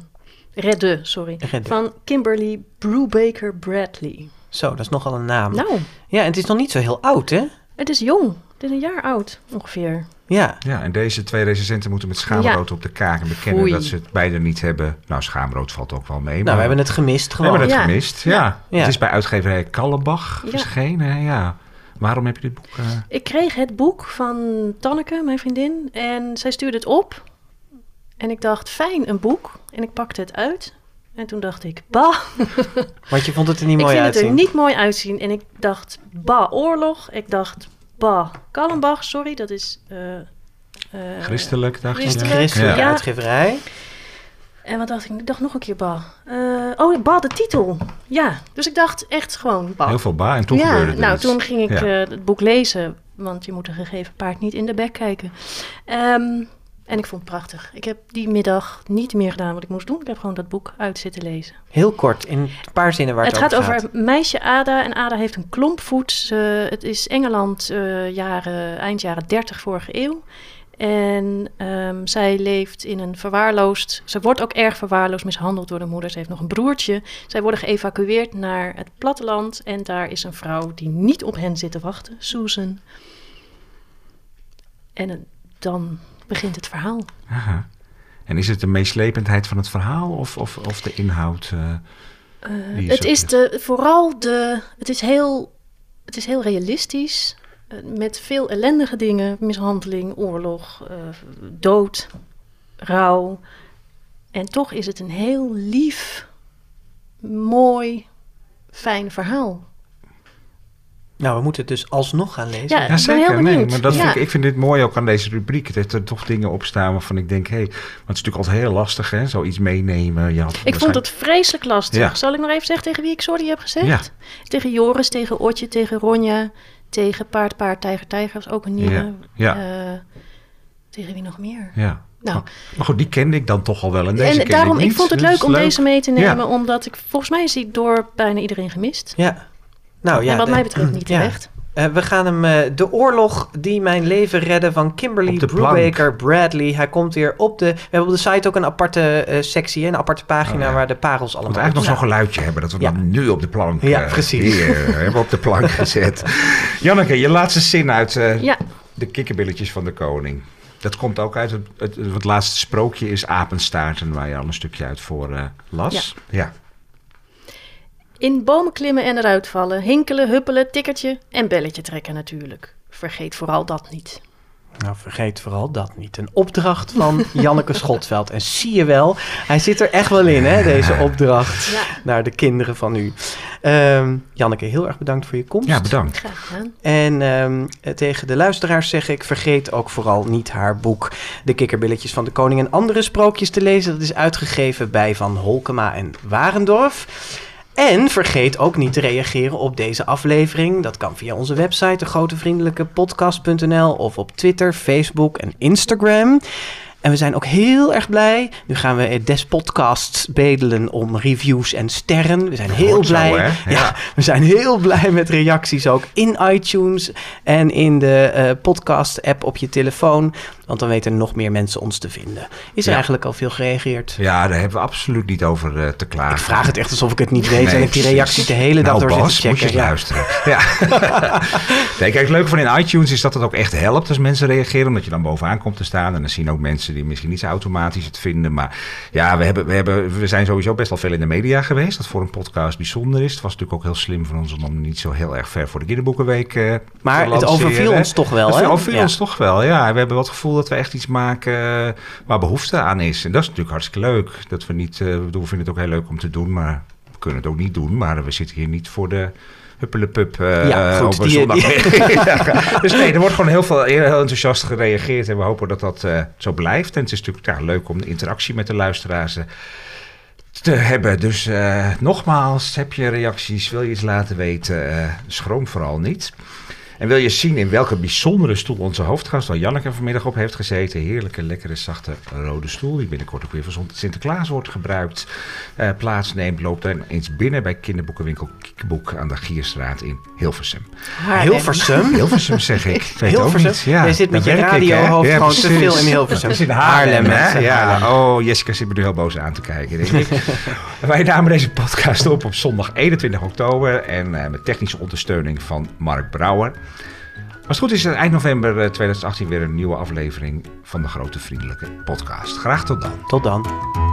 van Kimberly Brubaker Bradley. Zo, dat is nogal een naam. Nou, Ja, en het is nog niet zo heel oud, hè? het is jong. Het is een jaar oud, ongeveer. Ja. Ja, en deze 2 recensenten moeten met schaamrood op de kaak en bekennen Foei. dat ze het beide niet hebben. Nou, schaamrood valt ook wel mee. Nou, maar we hebben het gemist we gewoon. hebben het Ja. gemist. Ja. Ja. Het is bij uitgeverij Kallenbach Ja. verschenen. Ja. Waarom heb je dit boek? Ik kreeg het boek van Tanneke, mijn vriendin, en zij stuurde het op. En ik dacht, fijn, een boek. En ik pakte het uit. En toen dacht ik, bah. Want je vond het er niet Ik mooi vind het uitzien. er niet mooi uitzien. En ik dacht, bah, oorlog. Ik dacht, bah, Kallenbach, sorry, dat is... Christelijk, dacht je? Christelijk. Christelijke Ja. uitgeverij. En wat dacht ik? Ik dacht nog een keer bah. Bah, de titel. Ja, dus ik dacht echt gewoon bah. Heel veel en toen gebeurde er nou, iets. toen ging ik Ja. het boek lezen, want je moet een gegeven paard niet in de bek kijken. En ik vond het prachtig. Ik heb die middag niet meer gedaan wat ik moest doen. Ik heb gewoon dat boek uit zitten lezen. Heel kort, in een paar zinnen waar het, Het gaat over over een meisje Ada. En Ada heeft een klompvoet. Het is Engeland, eind jaren 30 vorige eeuw. En zij leeft in een verwaarloosd... Ze wordt ook erg verwaarloosd, mishandeld door de moeder. Ze heeft nog een broertje. Zij worden geëvacueerd naar het platteland. En daar is een vrouw die niet op hen zit te wachten. Susan. En dan begint het verhaal. Aha. En is het de meeslependheid van het verhaal of de inhoud? Die Het is is heel realistisch. Met veel ellendige dingen. Mishandeling, oorlog, dood, rouw. En toch is het een heel lief, mooi, fijn verhaal. Nou, we moeten het dus alsnog gaan lezen. Ja, Ja, ik ben zeker. heel benieuwd. Maar dat Ja. ik vind dit mooi ook aan deze rubriek. Het heeft er toch dingen op staan waarvan ik denk... maar het is natuurlijk altijd heel lastig, hè? Zoiets meenemen. Ik vond het vreselijk lastig. Ja. Zal ik nog even zeggen tegen wie ik sorry heb gezegd? Ja. Tegen Joris, tegen Otje, tegen Ronja, tegen Paard, Tijger, was ook een nieuwe. Ja. Tegen wie nog meer? Ja. Nou, Maar goed, die kende ik dan toch al wel. En deze en kende daarom, ik niet. ik vond het Dus leuk om leuk. deze mee te nemen, Ja. omdat volgens mij is die door bijna iedereen gemist. Ja. Nou, ja, en wat mij betreft niet ja. terecht. We gaan hem De oorlog die mijn leven redde van Kimberly Op de Brubaker Bradley. Hij komt weer op we hebben op de site ook een aparte sectie, een aparte pagina Oh, ja. waar de parels We allemaal moeten eigenlijk nog op zo'n geluidje hebben. Dat we Ja. dan nu op de plank... Ja, precies. Hier hebben op de plank gezet. Janneke, je laatste zin uit Ja, De kikkerbilletjes van de koning. Dat komt ook uit het laatste sprookje is Apenstaarten, waar je al een stukje uit voor las. Ja. in bomen klimmen en eruit vallen, hinkelen, huppelen, tikkertje en belletje trekken natuurlijk. Vergeet vooral dat niet. Nou, vergeet vooral dat niet. Een opdracht van Janneke Schotveld. En zie je wel, hij zit er echt wel in, hè, deze opdracht Ja. naar de kinderen van u. Janneke, heel erg bedankt voor je komst. Ja, bedankt. Graag gedaan. En tegen de luisteraars zeg ik, vergeet ook vooral niet haar boek De Kikkerbilletjes van de Koning en andere sprookjes te lezen. Dat is uitgegeven bij Van Holkema en Warendorf. En vergeet ook niet te reageren op deze aflevering. Dat kan via onze website, degrotevriendelijkepodcast.nl of op Twitter, Facebook en Instagram. En we zijn ook heel erg blij. Nu gaan we des podcasts bedelen om reviews en sterren. We zijn heel blij. Zo, ja. We zijn heel blij met reacties ook in iTunes en in de podcast-app op je telefoon. Want dan weten nog meer mensen ons te vinden. Is er eigenlijk al veel gereageerd? Ja, daar hebben we absoluut niet over te klagen. Ik vraag het echt alsof ik het niet weet. En ik die reacties de hele dag door Bas, zitten checken. moet je luisteren. Ja. Nee, kijk, het leuke van in iTunes is dat het ook echt helpt als mensen reageren. Omdat je dan bovenaan komt te staan. En dan zien ook mensen die misschien niet zo automatisch het vinden. Maar ja, we zijn sowieso best wel veel in de media geweest. Dat voor een podcast bijzonder is. Het was natuurlijk ook heel slim van ons om niet zo heel erg ver voor de Kinderboekenweek te Maar het overviel ons toch wel, hè? Het overviel ons toch wel, ja. We hebben wel het gevoel dat we echt iets maken waar behoefte aan is. En dat is natuurlijk hartstikke leuk. Dat we niet, we vinden het ook heel leuk om te doen, maar we kunnen het ook niet doen. Maar we zitten hier niet voor de huppelepup op een zondag. Dus nee, er wordt gewoon heel enthousiast gereageerd. En we hopen dat dat zo blijft. En het is natuurlijk leuk om de interactie met de luisteraars te hebben. Dus nogmaals, heb je reacties, wil je iets laten weten, schroom vooral niet. En wil je zien in welke bijzondere stoel onze hoofdgast, waar Janneke vanmiddag op heeft gezeten, heerlijke, lekkere, zachte rode stoel, die binnenkort ook weer voor Sinterklaas wordt gebruikt, plaatsneemt, loopt dan eens binnen bij kinderboekenwinkel Kiekeboek aan de Gierstraat in Hilversum. Hilversum? Hilversum zeg ik. Hilversum? Ja, je zit met je radiohoofd gewoon te veel in Hilversum. Dat is in Haarlem, hè? Ja. Oh, Jessica zit me nu heel boos aan te kijken, denk ik. Wij namen deze podcast op zondag 21 oktober en met technische ondersteuning van Mark Brouwer. Als het goed is er eind november 2018 weer een nieuwe aflevering van de Grote Vriendelijke Podcast. Graag tot dan. Tot dan.